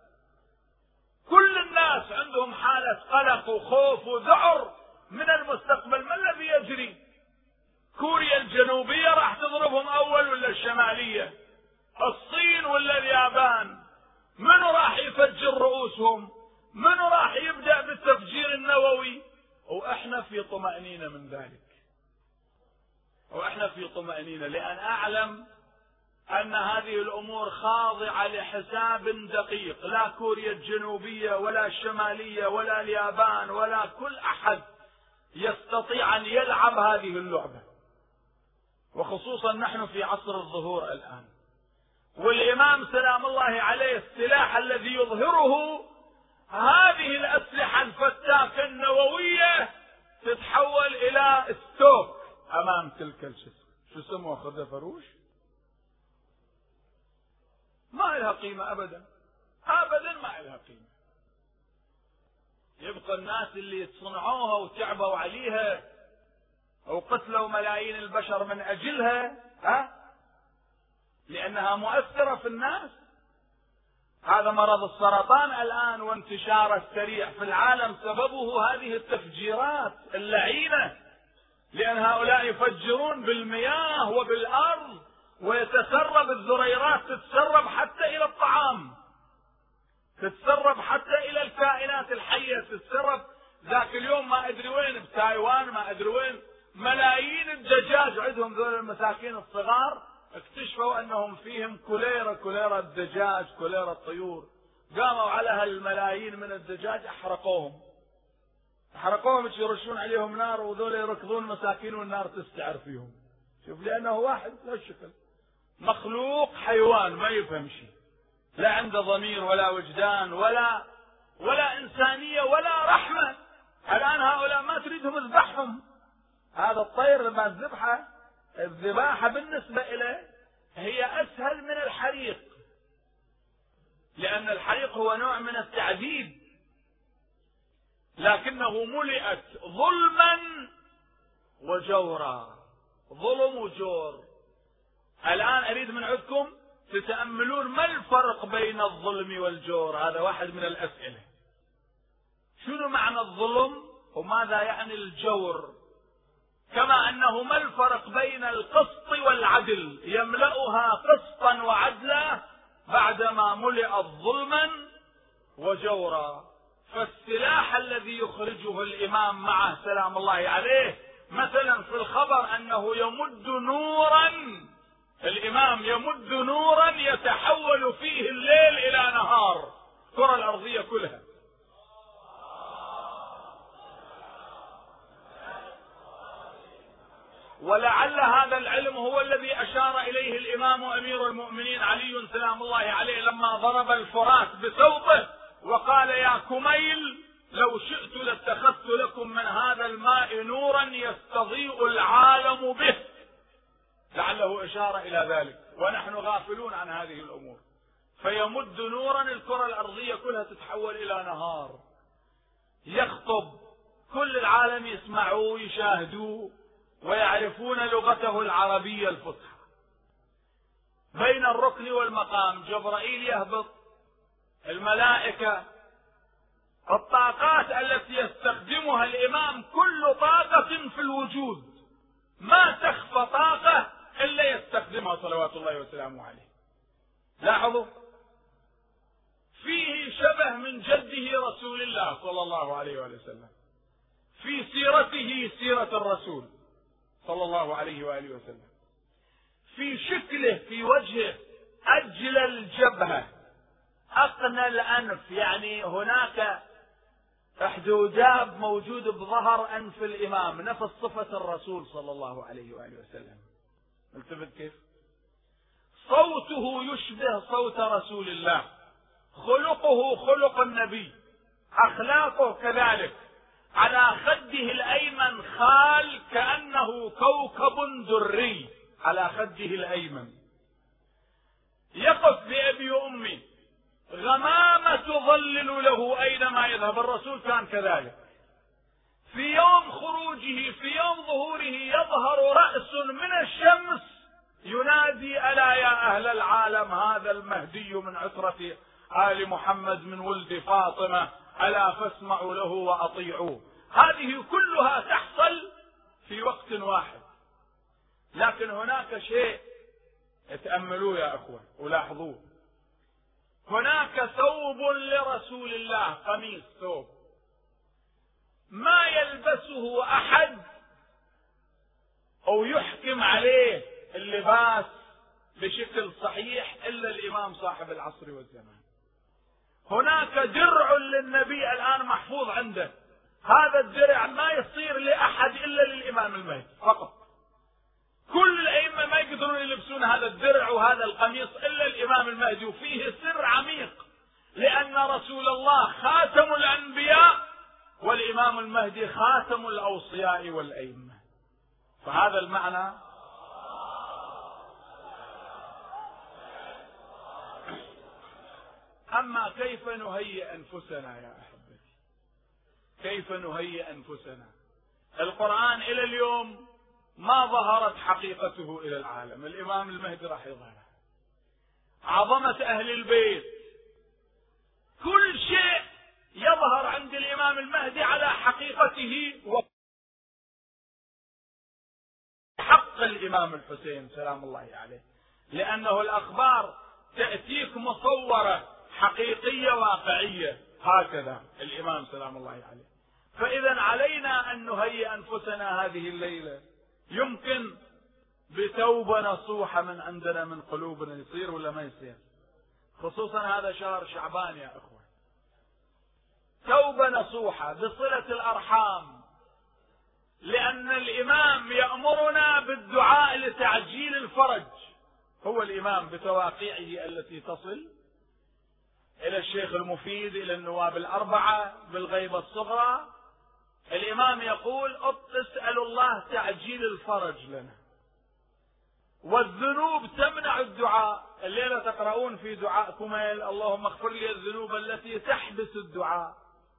كل الناس عندهم حالة قلق وخوف وذعر من المستقبل. ما الذي يجري؟ كوريا الجنوبية راح تضربهم أول ولا الشمالية؟ الصين ولا اليابان؟ منو راح يفجر رؤوسهم؟ منو راح يبدأ بالتفجير النووي؟ وإحنا في طمأنينة من ذلك، وإحنا في طمأنينة، لأن أعلم أن هذه الأمور خاضعة لحساب دقيق. لا كوريا الجنوبية ولا الشمالية ولا اليابان ولا كل أحد يستطيع أن يلعب هذه اللعبة، وخصوصا نحن في عصر الظهور الآن. والإمام سلام الله عليه السلاح الذي يظهره هذه الأسلحة الفتاكة النووية تتحول إلى ستوك أمام تلك الجسم. شو اسمه؟ خذ فروش، ما لها قيمة أبدا، أبدا ما لها قيمة. يبقى الناس اللي صنعوها وتعبوا عليها وقتلوا ملايين البشر من أجلها، لأنها مؤثرة في الناس. هذا مرض السرطان الآن وانتشاره السريع في العالم سببه هذه التفجيرات اللعينة، لأن هؤلاء يفجرون بالمياه وبالأرض، ويتسرب الذريرات، تتسرب حتى إلى الطعام، تتسرب حتى إلى الكائنات الحية، تتسرب ذاك اليوم ما ادري وين بتايوان ما ادري وين ملايين الدجاج عندهم ذول المساكين الصغار، اكتشفوا انهم فيهم كوليرا الدجاج، كوليرا الطيور. قاموا على هالملايين من الدجاج احرقوهم يرشون عليهم نار، وذول يركضون مساكين والنار تستعر فيهم. شوف، لانه واحد لا شكل مخلوق حيوان ما يفهم شيء، لا عنده ضمير ولا وجدان ولا إنسانية ولا رحمة. الآن هؤلاء ما تريدهم اذبحهم. هذا الطير لما تذبحه، الذباحة بالنسبة إليه هي أسهل من الحريق، لأن الحريق هو نوع من التعذيب، لكنه ملئت ظلما وجورا، ظلم وجور. الآن أريد من عندكم تتأملون ما الفرق بين الظلم والجور. هذا واحد من الأسئلة. شنو معنى الظلم وماذا يعني الجور؟ كما أنه ما الفرق بين القسط والعدل؟ يملأها قسطا وعدلا بعدما ملئت ظلما وجورا. فالسلاح الذي يخرجه الإمام معه سلام الله عليه مثلا في الخبر أنه يمد نورا، الإمام يمد نورا يتحول فيه الليل إلى نهار، الكرة الأرضية كلها. ولعل هذا العلم هو الذي أشار إليه الإمام أمير المؤمنين علي سلام الله عليه لما ضرب الفرات بسوطه وقال: يا كميل، لو شئت لاتخذت لكم من هذا الماء نورا يستضيء العالم به. لعله إشارة إلى ذلك، ونحن غافلون عن هذه الأمور. فيمد نورا الكرة الأرضية كلها تتحول إلى نهار، يخطب كل العالم يسمعوه ويشاهدوه ويعرفون لغته العربية الفصحى. بين الركن والمقام جبرائيل يهبط، الملائكة، الطاقات التي يستخدمها الإمام كل طاقة في الوجود ما تخفى طاقة إلا يستخدمها صلوات الله وسلامه عليه. لاحظوا، فيه شبه من جده رسول الله صلى الله عليه وآله وسلم، في سيرته سيرة الرسول صلى الله عليه وآله وسلم، في شكله، في وجهه، أجل الجبهة، أقنى الأنف، يعني هناك احدوداب موجود بظهر أنف الإمام، نفس صفة الرسول صلى الله عليه وآله وسلم. التفت كيف صوته يشبه صوت رسول الله، خلقه خلق النبي، أخلاقه كذلك. على خده الأيمن خال كأنه كوكب دري على خده الأيمن، يقف بأبي وأمي، غمامة تظلل له أينما يذهب. الرسول كان كذلك. في يوم خروجه، في يوم ظهوره، يظهر رأس من الشمس ينادي: ألا يا أهل العالم، هذا المهدي من عترة آل محمد من ولد فاطمة، ألا فاسمعوا له وأطيعوه. هذه كلها تحصل في وقت واحد. لكن هناك شيء اتأملوه يا أخوة ولاحظوه، هناك ثوب لرسول الله، قميص، ثوب ما يلبسه أحد أو يحكم عليه اللباس بشكل صحيح إلا الإمام صاحب العصر والزمان. هناك درع للنبي الآن محفوظ عنده، هذا الدرع ما يصير لأحد إلا للإمام المهدي فقط. كل الأئمة ما يقدرون يلبسون هذا الدرع وهذا القميص إلا الإمام المهدي. وفيه سر عميق، لأن رسول الله خاتم الأنبياء والإمام المهدي خاتم الأوصياء والأئمة. فهذا المعنى. أما كيف نهيئ أنفسنا يا أحبتي؟ كيف نهيئ أنفسنا؟ القرآن إلى اليوم ما ظهرت حقيقته إلى العالم. الإمام المهدي راح يظهرها. عظمة أهل البيت، كل شيء يظهر عند الإمام المهدي على حقيقته وحق الإمام الحسين سلام الله عليه، لأنه الأخبار تأتيك مصورة حقيقية واقعية. هكذا الإمام سلام الله عليه. فإذا علينا أن نهيئ أنفسنا هذه الليلة. يمكن بتوبة نصوحة من عندنا من قلوبنا يصير ولا ما يصير؟ خصوصا هذا شهر شعبان يا أخوة. توبة نصوحة بصلة الأرحام، لأن الإمام يأمرنا بالدعاء لتعجيل الفرج. هو الإمام بتواقيعه التي تصل إلى الشيخ المفيد، إلى النواب الأربعة بالغيبة الصغرى، الإمام يقول اسأل الله تعجيل الفرج لنا. والذنوب تمنع الدعاء. الليلة تقرؤون في دعاء كميل اللهم اغفر لي الذنوب التي تحبس الدعاء.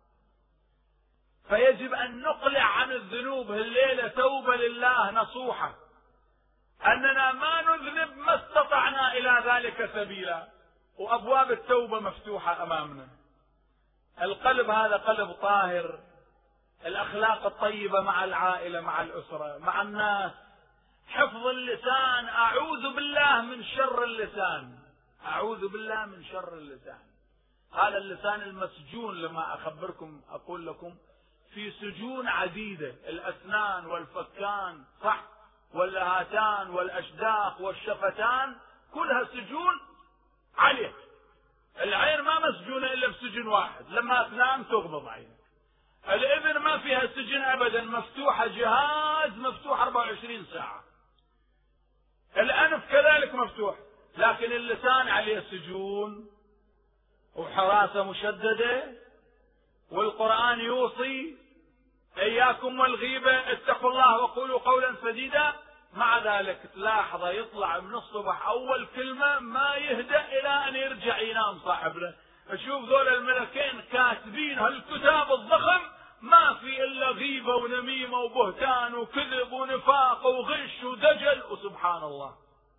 فيجب أن نقلع عن الذنوب الليلة توبة لله نصوحة، أننا ما نذنب ما استطعنا إلى ذلك سبيلا، وأبواب التوبة مفتوحة أمامنا. القلب هذا قلب طاهر، الأخلاق الطيبة مع العائلة مع الأسرة مع الناس، حفظ اللسان. أعوذ بالله من شر اللسان، أعوذ بالله من شر اللسان. هذا اللسان المسجون، لما أخبركم أقول لكم في سجون عديدة، الأسنان والفكان صح، واللهاتان والأشداق والشفتان كلها سجون عليه. العين ما مسجونة إلا بسجن واحد، لما تنام تغمض عينك. الإذن ما فيها سجن أبدا، مفتوحة، جهاز مفتوح 24 ساعة. الأنف كذلك مفتوح، لكن اللسان عليه سجون وحراسة مشددة. والقرآن يوصي إياكم والغيبة، اتقوا الله وقولوا قولا سديدا. مع ذلك تلاحظ يطلع من الصبح أول كلمة ما يهدأ إلى أن يرجع ينام صاحبنا. أشوف ذول الملكين كاتبين هالكتاب الضخم، ما في إلا غيبة ونميمة وبهتان وكذب ونفاق وغش ودجل، وسبحان الله.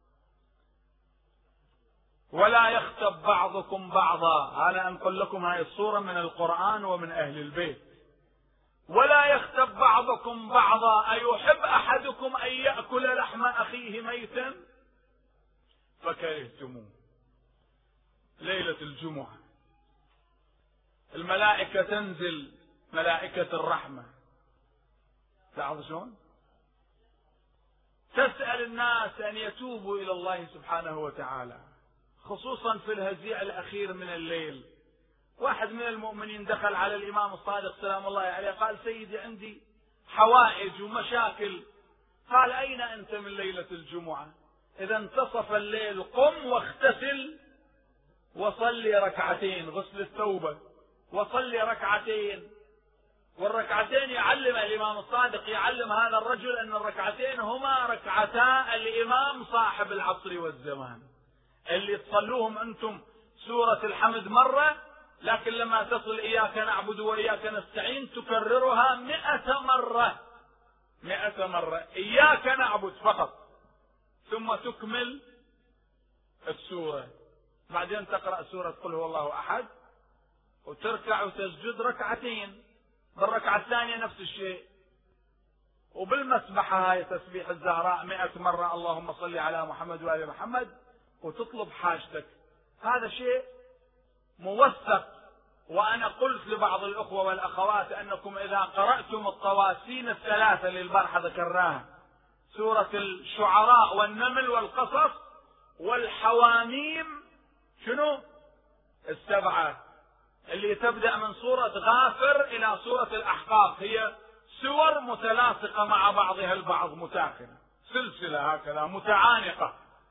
ولا يغتب بعضكم بعضا. أنا أنقل لكم هذه الصورة من القرآن ومن أهل البيت. ولا يغتب بعضكم بعضا، أيحب أحدكم أن يأكل لحم أخيه ميتا فكرهتموه. ليلة الجمعة الملائكة تنزل، ملائكة الرحمة، تعرف شلون؟ تسأل الناس أن يتوبوا إلى الله سبحانه وتعالى، خصوصا في الهزيع الأخير من الليل. واحد من المؤمنين دخل على الإمام الصادق سلام الله عليه، قال سيدي عندي حوائج ومشاكل. قال أين أنت من ليلة الجمعة؟ إذا انتصف الليل قم واغتسل وصلي ركعتين، غسل التوبة، وصلي ركعتين. والركعتين يعلم الإمام الصادق، يعلم هذا الرجل أن الركعتين هما ركعتا الإمام صاحب العصر والزمان، اللي تصلوهم أنتم سورة الحمد مرة، لكن لما تصل إياك نعبد وإياك نستعين تكررها 100 مرة. 100 مرة إياك نعبد فقط، ثم تكمل السورة، بعدين تقرأ سورة قل هو الله أحد، وتركع وتسجد ركعتين. بالركعة الثانية نفس الشيء. وبالمسبحة هاي تسبيح الزهراء 100 مرة، اللهم صل على محمد وآل محمد، وتطلب حاجتك. هذا شيء موثق. وأنا قلت لبعض الأخوة والأخوات أنكم إذا قرأتم الطواسين الثلاثة اللي البارحة ذكرناها، سورة الشعراء والنمل والقصص والحواميم، شنو؟ السبعة اللي تبدأ من سورة غافر إلى سورة الأحقاف، هي سور متلاصقة مع بعضها البعض، متاخرة، سلسلة هكذا متعانقة.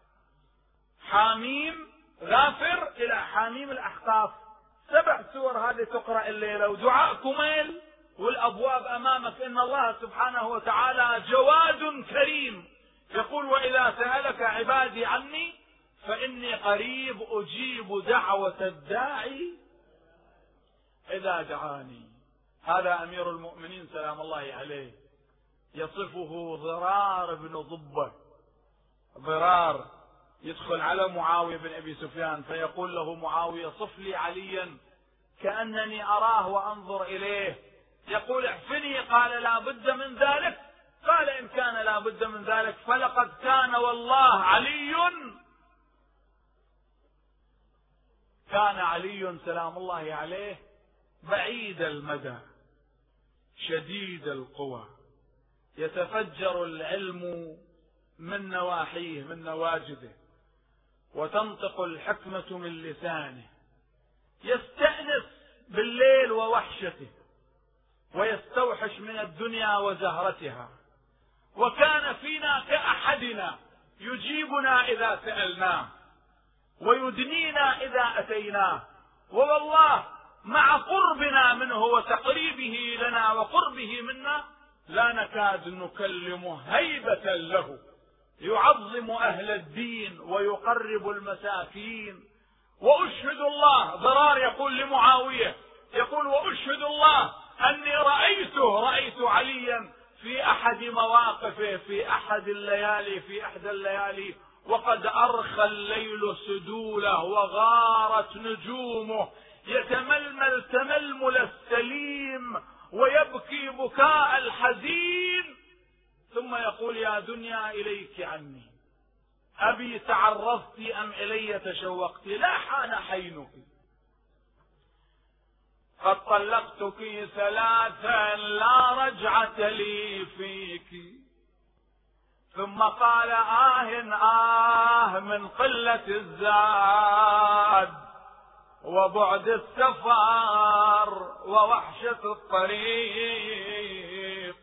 حاميم غافر إلى حاميم الأحقاف، 7 سور هذه تقرأ الليلة. ودعاء كميل والأبواب أمامك. إن الله سبحانه وتعالى جواد كريم، يقول وإذا سألك عبادي عني فإني قريب أجيب دعوة الداعي إذا دعاني. هذا أمير المؤمنين سلام الله عليه يصفه ضرار بن ضبة. ضرار يدخل على معاوية بن أبي سفيان فيقول له معاوية صف لي عليا كأنني أراه وأنظر إليه. يقول اعفني، قال لا بد من ذلك. قال إن كان لا بد من ذلك فلقد كان والله كان علي سلام الله عليه بعيد المدى شديد القوى، يتفجر العلم من نواحيه من نواجذه، وتنطق الحكمة من لسانه، يستأنس بالليل ووحشته، ويستوحش من الدنيا وزهرتها. وكان فينا كأحدنا يجيبنا إذا سألناه ويدنينا إذا أتيناه، ووالله مع قربنا منه وتقريبه لنا وقربه منا لا نكاد نكلمه هيبة له، يعظم أهل الدين ويقرب المساكين. وأشهد الله، ضرار يقول لمعاوية، يقول وأشهد الله أني رأيت عليا في أحد مواقفه في أحد الليالي، في إحدى الليالي، وقد أرخى الليل سدوله وغارت نجومه، يتململ تململ السليم ويبكي بكاء الحزين، ثم يقول يا دنيا إليك عني، أبي تعرضت أم إلي تشوقت، لا حان حينك، قد طلقتك ثلاثا لا رجعة لي فيك. ثم قال من قلة الزاد وبعد السفر ووحشة الطريق.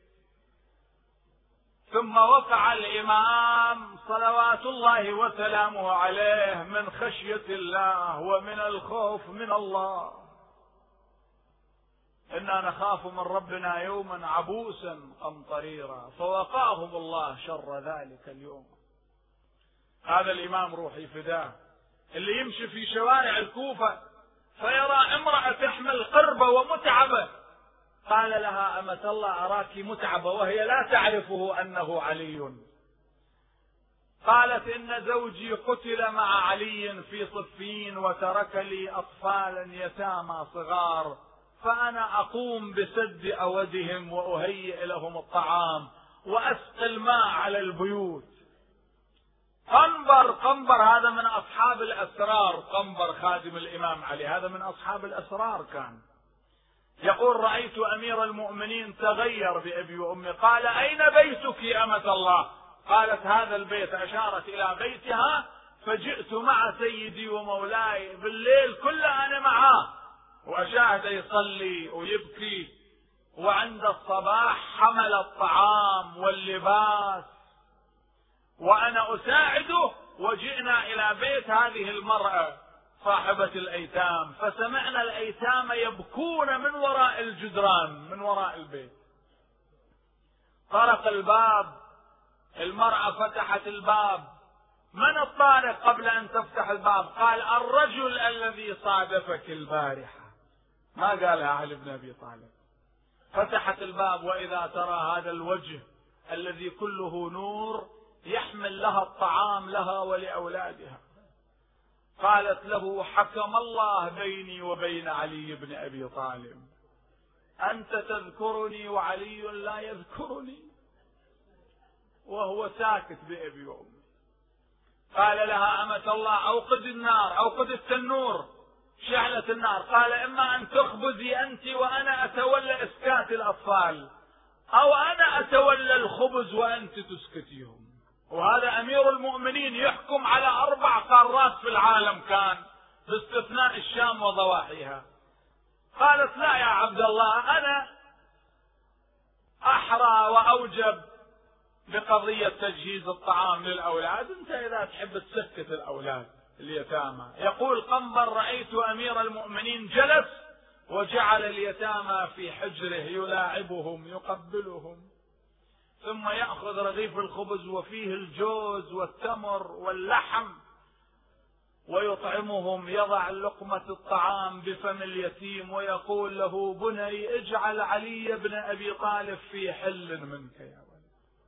ثم وقع الإمام صلوات الله وسلامه عليه من خشية الله ومن الخوف من الله. إنا نخاف من ربنا يوما عبوسا قمطريرا، فوقاهم الله شر ذلك اليوم. هذا الإمام روحي فداه، اللي يمشي في شوارع الكوفة فيرى امرأة تحمل قربة ومتعبة، قال لها أمة الله أراك متعبة وهي لا تعرفه أنه علي. قالت إن زوجي قتل مع علي في صفين وترك لي أطفالا يتامى صغار، فأنا أقوم بسد أودهم وأهيئ لهم الطعام وأسقي الماء على البيوت. قنبر هذا من أصحاب الأسرار، قنبر خادم الإمام علي هذا من أصحاب الأسرار كان. يقول رأيت أمير المؤمنين تغير بأبي وأمي، قال أين بيتك يا أمة الله؟ قالت هذا البيت، أشارت إلى بيتها، فجئت مع سيدي ومولاي بالليل كله أنا معاه، وأشاهد يصلي ويبكي، وعند الصباح حمل الطعام واللباس وأنا أساعده، وجئنا إلى بيت هذه المرأة صاحبة الأيتام، فسمعنا الأيتام يبكون من وراء الجدران من وراء البيت. طرق الباب، المرأة فتحت الباب، من الطارق قبل أن تفتح الباب؟ قال الرجل الذي صادفك البارحة، ما قالها علي بن أبي طالب. فتحت الباب وإذا ترى هذا الوجه الذي كله نور يحمل لها الطعام لها ولأولادها. قالت له حكم الله بيني وبين علي بن أبي طالب، أنت تذكرني وعلي لا يذكرني، وهو ساكت بأبي وأمي. قال لها أمة الله أوقد النار، أوقد التنور، شعلة النار. قال إما أن تخبزي أنت وأنا أتولى إسكات الأطفال، أو أنا أتولى الخبز وأنت تسكتيهم. وهذا أمير المؤمنين يحكم على 4 قارات في العالم كان، باستثناء الشام وضواحيها. قالت لا يا عبد الله، أنا أحرى وأوجب بقضية تجهيز الطعام للأولاد، أنت إذا تحب تسكت الأولاد اليتامى. يقول قنبر رأيت أمير المؤمنين جلس وجعل اليتامى في حجره يلاعبهم يقبلهم، ثم يأخذ رغيف الخبز وفيه الجوز والتمر واللحم ويطعمهم، يضع لقمة الطعام بفم اليتيم ويقول له بني اجعل علي بن أبي طالب في حل منك يا ولد.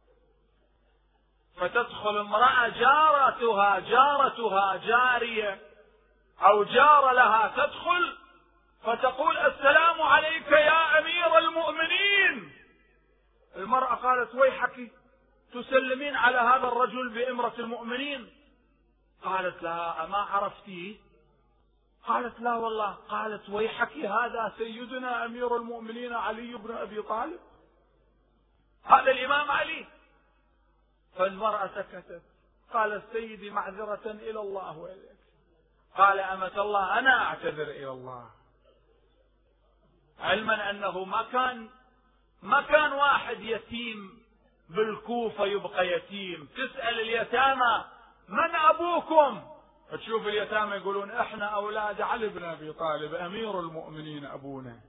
فتدخل امرأة جارتها جارية أو جار لها، تدخل فتقول السلام عليك يا أمير المؤمنين. المرأة قالت ويحك تسلمين على هذا الرجل بإمرة المؤمنين؟ قالت لها أما عرفتيه؟ قالت لا والله. قالت ويحك هذا سيدنا أمير المؤمنين علي بن أبي طالب، هذا الإمام علي. فالمرأة سكتت. قالت سيدي معذرة إلى الله وإليك. قال أمة الله أنا أعتذر إلى الله، علما أنه ما كان واحد يتيم بالكوفة يبقى يتيم. تسأل اليتامى من أبوكم؟ تشوف اليتامى يقولون احنا أولاد علي بن أبي طالب أمير المؤمنين أبونا.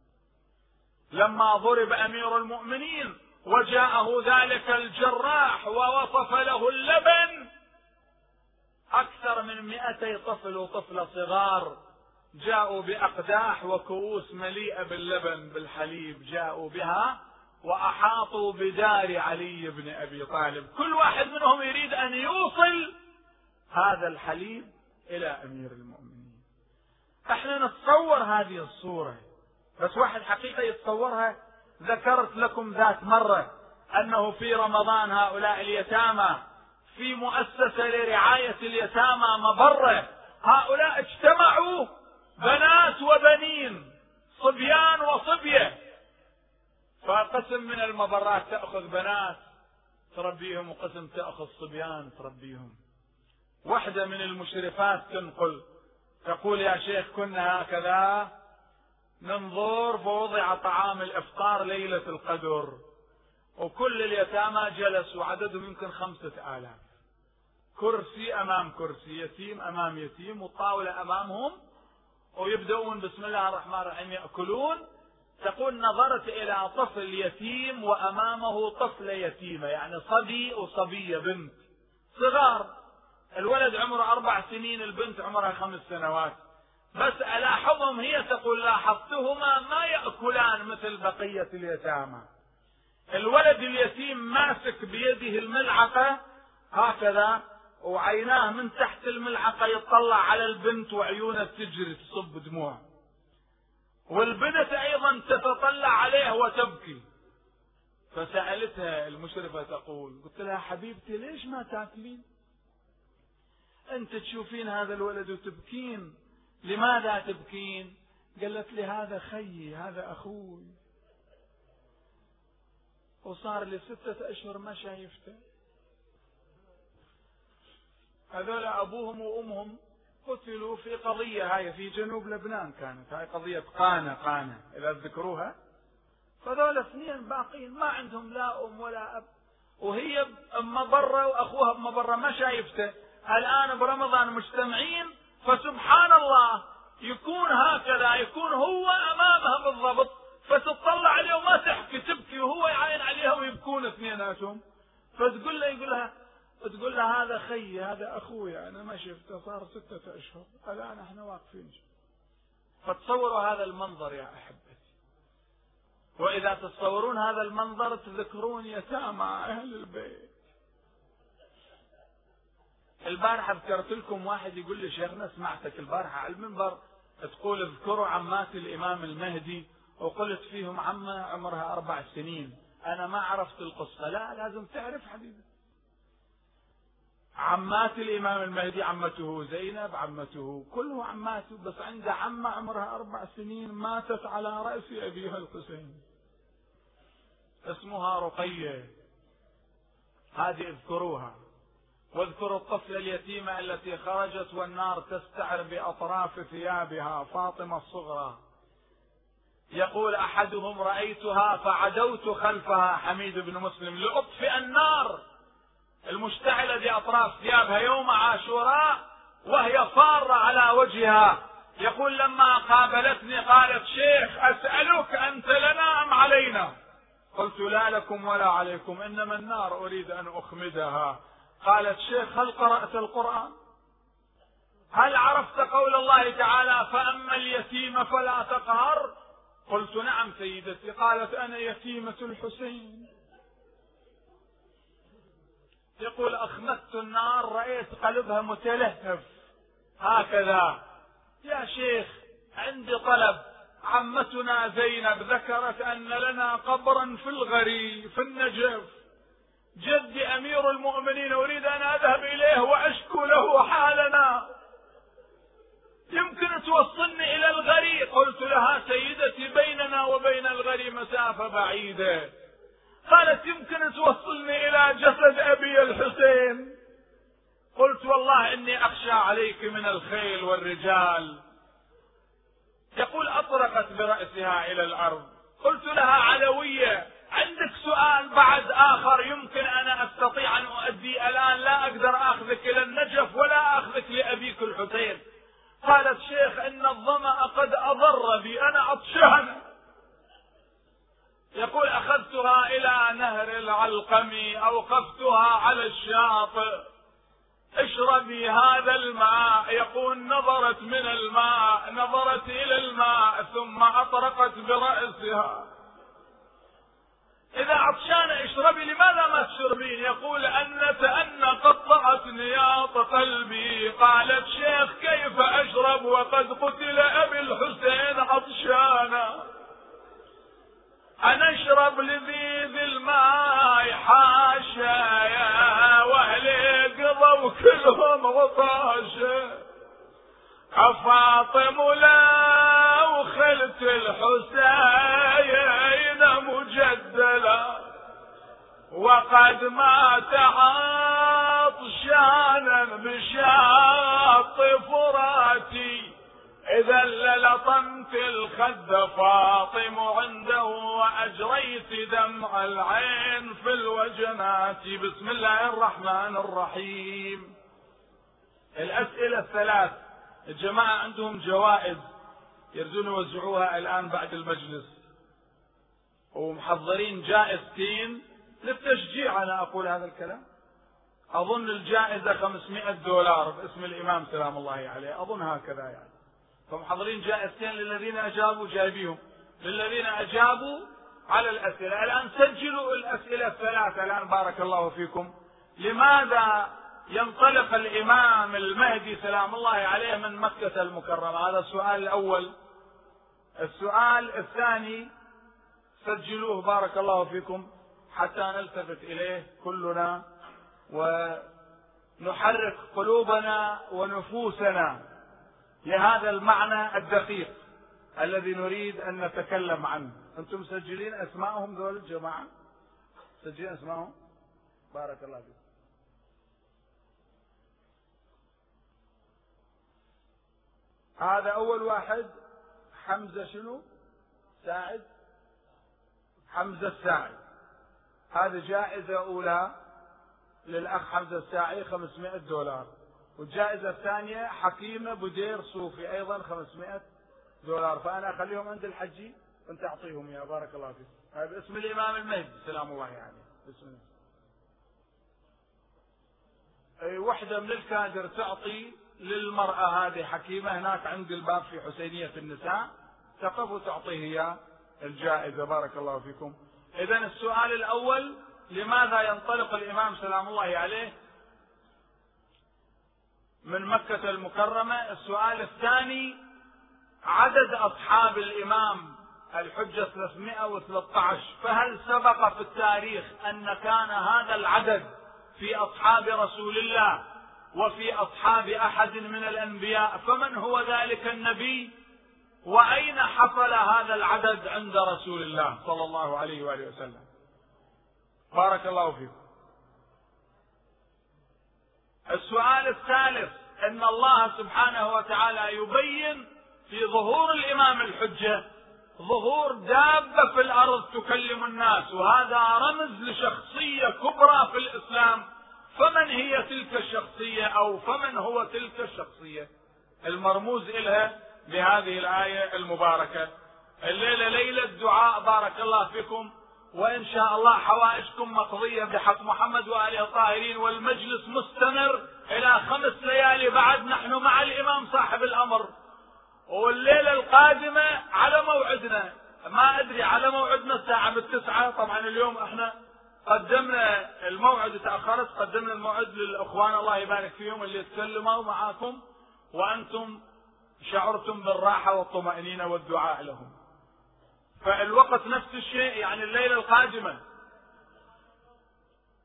لما ضرب أمير المؤمنين وجاءه ذلك الجراح ووصف له اللبن، أكثر من 200 طفل وطفلة صغار جاءوا بأقداح وكؤوس مليئة باللبن بالحليب، جاءوا بها وأحاطوا بدار علي بن أبي طالب. كل واحد منهم يريد أن يوصل هذا الحليب إلى أمير المؤمنين. احنا نتصور هذه الصورة، بس واحد حقيقة يتصورها. ذكرت لكم ذات مرة أنه في رمضان هؤلاء اليتامى في مؤسسة لرعاية اليتامى مبرة، هؤلاء اجتمعوا بنات وبنين، صبيان وصبية، فقسم من المبرات تأخذ بنات تربيهم وقسم تأخذ صبيان تربيهم. واحدة من المشرفات تنقل تقول يا شيخ كنا هكذا ننظر فوضع طعام الإفطار ليلة القدر، وكل اليتامى جلسوا عددهم يمكن 5000، كرسي أمام كرسي، يتيم أمام يتيم، والطاولة أمامهم، ويبدأون بسم الله الرحمن الرحيم يأكلون. تقول نظرت إلى طفل يتيم وأمامه طفلة يتيمة، يعني صبي وصبية بنت صغار، الولد عمره 4 سنين، البنت عمرها 5 سنوات، بس ألاحظهم هي تقول لاحظتهما ما يأكلان مثل بقية اليتامى. الولد اليتيم ماسك بيده الملعقة هكذا، وعيناه من تحت الملعقة يطلع على البنت وعيونها تجري تصب دموع، والبنت أيضا تتطلع عليه وتبكي. فسألتها المشرفة تقول، قلت لها حبيبتي ليش ما تاكلين؟ أنت تشوفين هذا الولد وتبكين، لماذا تبكين؟ قالت لي هذا خيي، هذا أخوي، وصار لي 6 أشهر ما شايفته. هذول أبوهم وأمهم قتلوا في قضية هاي في جنوب لبنان، كانت هاي قضية قانة إذا تذكروها. فذول 2 باقين ما عندهم لا أم ولا أب، وهي أم برا وأخوها أم برا ما شايفته. الآن برمضان مجتمعين، فسبحان الله يكون هكذا، يكون هو أمامها بالضبط، فتطلع عليه وما تحكي تبكي، وهو يعاين عليها ويبكون 2 فتقول له هذا خيي هذا أخوي، أنا ما شفته صار 6 أشهر، الآن احنا واقفين. فتصوروا هذا المنظر يا أحبتي، وإذا تتصورون هذا المنظر تذكرون يتامى أهل البيت. البارحة ذكرت لكم واحد يقول لي شيخنا سمعتك البارحة على المنبر تقول اذكروا عمات الإمام المهدي، وقلت فيهم عمة عمرها 4 سنين، أنا ما عرفت القصة. لا لازم تعرف حبيبي، عمات الإمام المهدي عمته زينب، عمته كله عماته، بس عنده عمة عمرها 4 سنين ماتت على رأس أبيها الحسين اسمها رقية، هذه اذكروها. واذكروا الطفلة اليتيمة التي خرجت والنار تستعر بأطراف ثيابها، فاطمة الصغرى. يقول أحدهم رأيتها فعدوت خلفها، حميد بن مسلم، لأطفئ النار المشتعلة بأطراف ثيابها يوم عاشوراء وهي فارة على وجهها. يقول لما قابلتني قالت شيخ أسألك أنت لنا أم علينا؟ قلت لا لكم ولا عليكم، إنما النار أريد أن أخمدها. قالت شيخ هل قرأت القرآن؟ هل عرفت قول الله تعالى فأما اليتيم فلا تقهر؟ قلت نعم سيدتي. قالت أنا يتيمة الحسين. يقول أخمدت النار، رأيت قلبها متلهف هكذا. يا شيخ عندي طلب، عمتنا زينب ذكرت أن لنا قبرا في الغري في النجف، جدي أمير المؤمنين أريد أن أذهب إليه وأشكو له حالنا. يمكن توصلني إلى الغري. قلت لها سيدتي بيننا وبين الغري مسافة بعيدة. قالت يمكن توصلني إلى جسد أبي الحسين. قلت والله إني أخشى عليك من الخيل والرجال. يقول أطرقت برأسها إلى الأرض. قلت لها علوية عندك سؤال بعد آخر يمكن أنا أستطيع أن أؤدي الآن، لا أقدر أخذك إلى النجف ولا أخذك لأبيك الحسين. قالت شيخ إن الظمأ قد أضر بي، أنا عطشانة. يقول أخذتها إلى نهر العلقم، أوقفتها على الشاطئ، اشربي هذا الماء. يقول نظرت من الماء، نظرت إلى الماء ثم أطرقت برأسها. إذا عطشانة اشربي، لماذا ما تشربين؟ يقول أن قطعت نياط قلبي. قالت شيخ كيف أشرب وقد قتل أبي الحسين عطشانا؟ أنا أشرب لذيذ الماء حاشا يا وأهلي قضوا كلهم عطاشا. أفاطم لو خلت الحسين مجدلا وقد مات عطشانا بشاط فراتي، إذا للطمت الخد فاطم عنده وأجريت دمع العين في الوجنات. بسم الله الرحمن الرحيم. الأسئلة الثلاث الجماعة عندهم جوائز يرجون يوزعوها الآن بعد المجلس، ومحضرين جائزتين للتشجيع. أنا أقول هذا الكلام، أظن الجائزة $500 باسم الإمام سلام الله عليه، أظن هكذا يعني. فمحضرين جائزتين للذين أجابوا، جايبيهم للذين أجابوا على الأسئلة. الآن سجلوا الأسئلة الثلاثة الآن بارك الله فيكم. لماذا ينطلق الإمام المهدي سلام الله عليه من مكة المكرمة؟ هذا السؤال الأول. السؤال الثاني سجلوه بارك الله فيكم حتى نلتفت إليه كلنا ونحرك قلوبنا ونفوسنا لهذا المعنى الدقيق الذي نريد أن نتكلم عنه. أنتم مسجلين أسماءهم ذول الجماعة؟ مسجلين أسماءهم؟ بارك الله فيكم. هذا أول واحد حمزة شنو؟ ساعد، حمزة الساعد. هذه جائزة أولى للأخ حمزة الساعي $500. والجائزة الثانية حكيمة بدير صوفي أيضا $500. فأنا أخليهم عند الحجي وأنت أعطيهم يا بارك الله فيك. هذا باسم الإمام المهدي سلام الله عليه. بسم الله. أي وحدة من الكادر تعطي للمرأة هذه حكيمة هناك عند الباب في حسينية النساء، تقف وتعطيه هي الجائزة بارك الله فيكم. إذن السؤال الأول لماذا ينطلق الإمام سلام الله عليه من مكة المكرمة؟ السؤال الثاني عدد أصحاب الإمام الحجة 313، فهل سبق في التاريخ أن كان هذا العدد في أصحاب رسول الله وفي أصحاب أحد من الأنبياء؟ فمن هو ذلك النبي وأين حصل هذا العدد عند رسول الله صلى الله عليه وآله وسلم؟ بارك الله فيكم. السؤال الثالث أن الله سبحانه وتعالى يبين في ظهور الإمام الحجة ظهور دابة في الأرض تكلم الناس، وهذا رمز لشخصية كبرى في الإسلام. فمن هي تلك الشخصية أو فمن هو تلك الشخصية المرموز إلها بهذه الآية المباركة؟ الليلة ليلة دعاء بارك الله فيكم، وإن شاء الله حوائجكم مقضية بحق محمد وآله الطاهرين، والمجلس مستمر إلى 5 ليالي بعد. نحن مع الإمام صاحب الأمر، والليلة القادمة على موعدنا، ما أدري على موعدنا الساعة 9. طبعا اليوم احنا قدمنا الموعد تأخرت، قدمنا الموعد للأخوان الله يبارك فيهم اللي يتكلموا معاكم، وأنتم شعرتم بالراحة والطمأنينة والدعاء لهم. فالوقت نفس الشيء، يعني الليلة القادمة.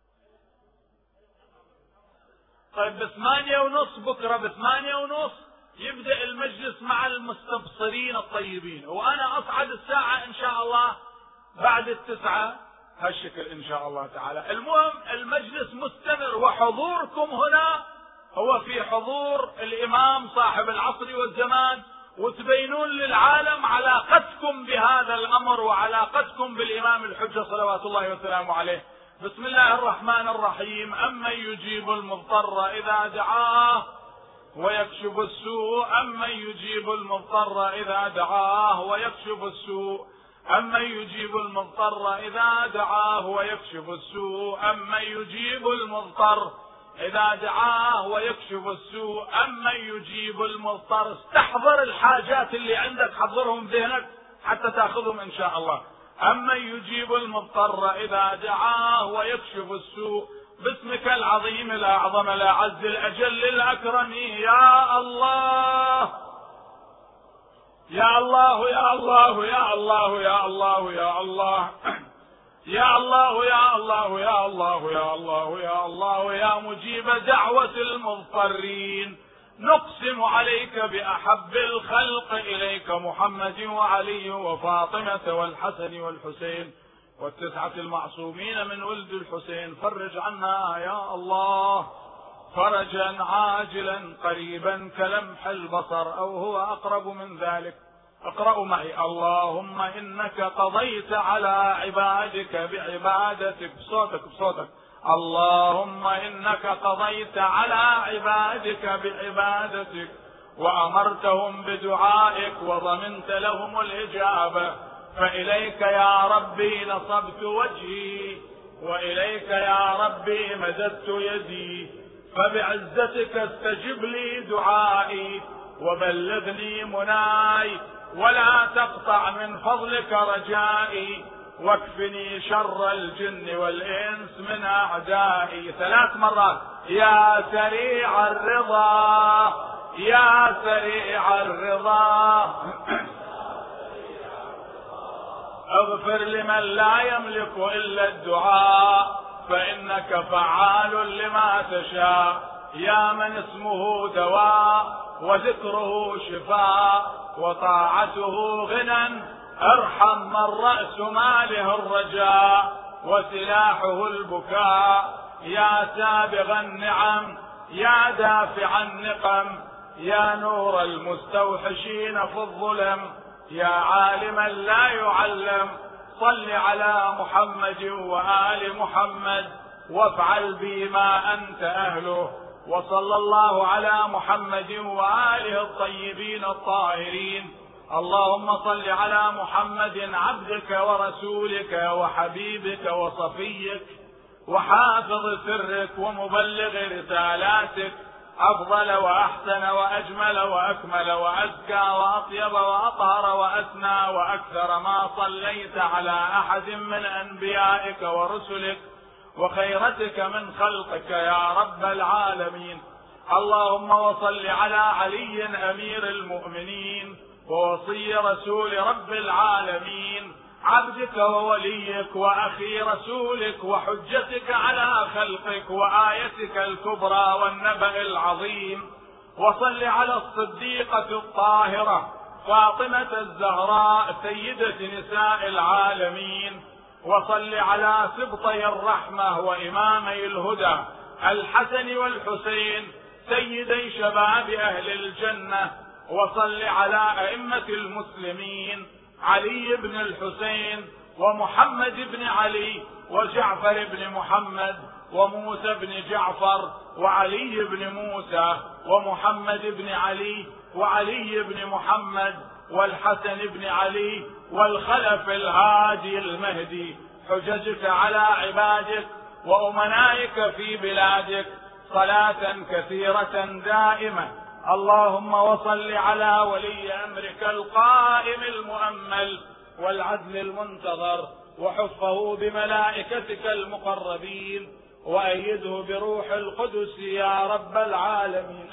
طيب ب8:30 بكرة، ب8:30 يبدأ المجلس مع المستبصرين الطيبين، وأنا أصعد الساعة إن شاء الله بعد 9 هالشكل إن شاء الله تعالى. المهم المجلس مستمر، وحضوركم هنا هو في حضور الإمام صاحب العصر والزمان، وتبينون للعالم علاقتكم بهذا الأمر وعلاقتكم بالإمام الحجة صلوات الله وسلامه عليه. بسم الله الرحمن الرحيم. أمن يجيب المضطر إذا دعاه ويكشف السوء، أمن يجيب المضطر إذا دعاه ويكشف السوء، أمن يجيب المضطر إذا دعاه ويكشف السوء، أمن يجيب المضطر إذا دعاه ويكشف السوء، أمن يجيب المضطر. استحضر الحاجات اللي عندك، حضرهم ذهنك حتى تأخذهم إن شاء الله. أمن يجيب المضطر إذا دعاه ويكشف السوء، باسمك العظيم الأعظم الأعز الأجل الأكرم يا الله يا الله يا الله يا الله يا الله يا الله يا الله يا الله يا الله يا الله يا الله يا مجيب دعوة المضطرين، نقسم عليك بأحب الخلق إليك محمد وعلي وفاطمة والحسن والحسين والتسعة المعصومين من ولد الحسين. فرج عنا يا الله فرجا عاجلا قريبا كلمح البصر أو هو أقرب من ذلك. اقرأوا معي. اللهم إنك قضيت على عبادك بعبادتك، بصوتك. اللهم إنك قضيت على عبادك بعبادتك وأمرتهم بدعائك وضمنت لهم الإجابة، فإليك يا ربي نصبت وجهي وإليك يا ربي مددت يدي، فبعزتك استجب لي دعائي وبلغني مناي، ولا تقطع من فضلك رجائي، واكفني شر الجن والإنس من أعدائي. 3 مرات. يا سريع الرضا يا سريع الرضا اغفر لمن لا يملك إلا الدعاء، فإنك فعال لما تشاء. يا من اسمه دواء وذكره شفاء وطاعته غنى، ارحم من رأس ماله الرجاء وسلاحه البكاء. يا سابغ النعم يا دافع النقم، يا نور المستوحشين في الظلم، يا عالما لا يعلم، صل على محمد وآل محمد وافعل بي ما أنت أهله. وصلى الله على محمد وآله الطيبين الطاهرين. اللهم صل على محمد عبدك ورسولك وحبيبك وصفيك وحافظ سرك ومبلغ رسالاتك، أفضل وأحسن وأجمل وأكمل وأزكى وأطيب وأطهر وأثنى وأكثر ما صليت على أحد من أنبيائك ورسلك وخيرتك من خلقك يا رب العالمين. اللهم وصل على علي أمير المؤمنين ووصي رسول رب العالمين، عبدك ووليك وأخي رسولك وحجتك على خلقك وآيتك الكبرى والنبأ العظيم. وصل على الصديقة الطاهرة فاطمة الزهراء سيدة نساء العالمين. وصل على سبطي الرحمة وإمامي الهدى الحسن والحسين سيدي شباب أهل الجنة. وصل على أئمة المسلمين علي بن الحسين ومحمد بن علي وجعفر بن محمد وموسى بن جعفر وعلي بن موسى ومحمد بن علي وعلي بن محمد والحسن بن علي والخلف الهادي المهدي، حججك على عبادك وأمنائك في بلادك صلاة كثيرة دائمة. اللهم وصل على ولي أمرك القائم المؤمل والعدل المنتظر، وحفه بملائكتك المقربين، وأيده بروح القدس يا رب العالمين.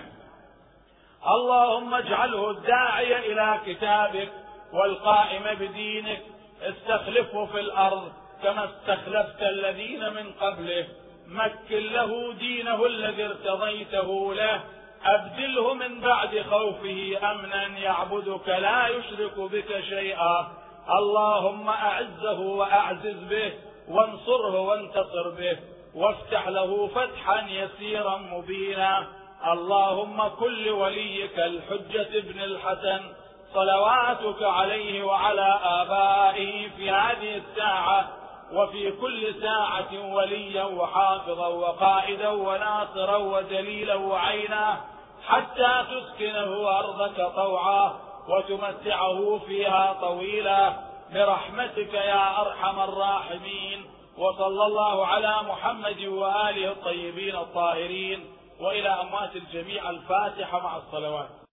اللهم اجعله الداعي إلى كتابك والقائم بدينك، استخلفه في الأرض كما استخلفت الذين من قبله، مكن له دينه الذي ارتضيته له، أبدله من بعد خوفه أمنا يعبدك لا يشرك بك شيئا. اللهم أعزه وأعزز به، وانصره وانتصر به، وافتح له فتحا يسيرا مبينا. اللهم كن لوليك الحجة ابن الحسن صلواتك عليه وعلى آبائه في هذه الساعة وفي كل ساعة وليا وحافظا وقائدا وناصرا ودليلا وعينا، حتى تسكنه أرضك طوعا وتمتعه فيها طويلا برحمتك يا أرحم الراحمين. وصلى الله على محمد وآله الطيبين الطاهرين. وإلى أموات الجميع الفاتحة مع الصلوات.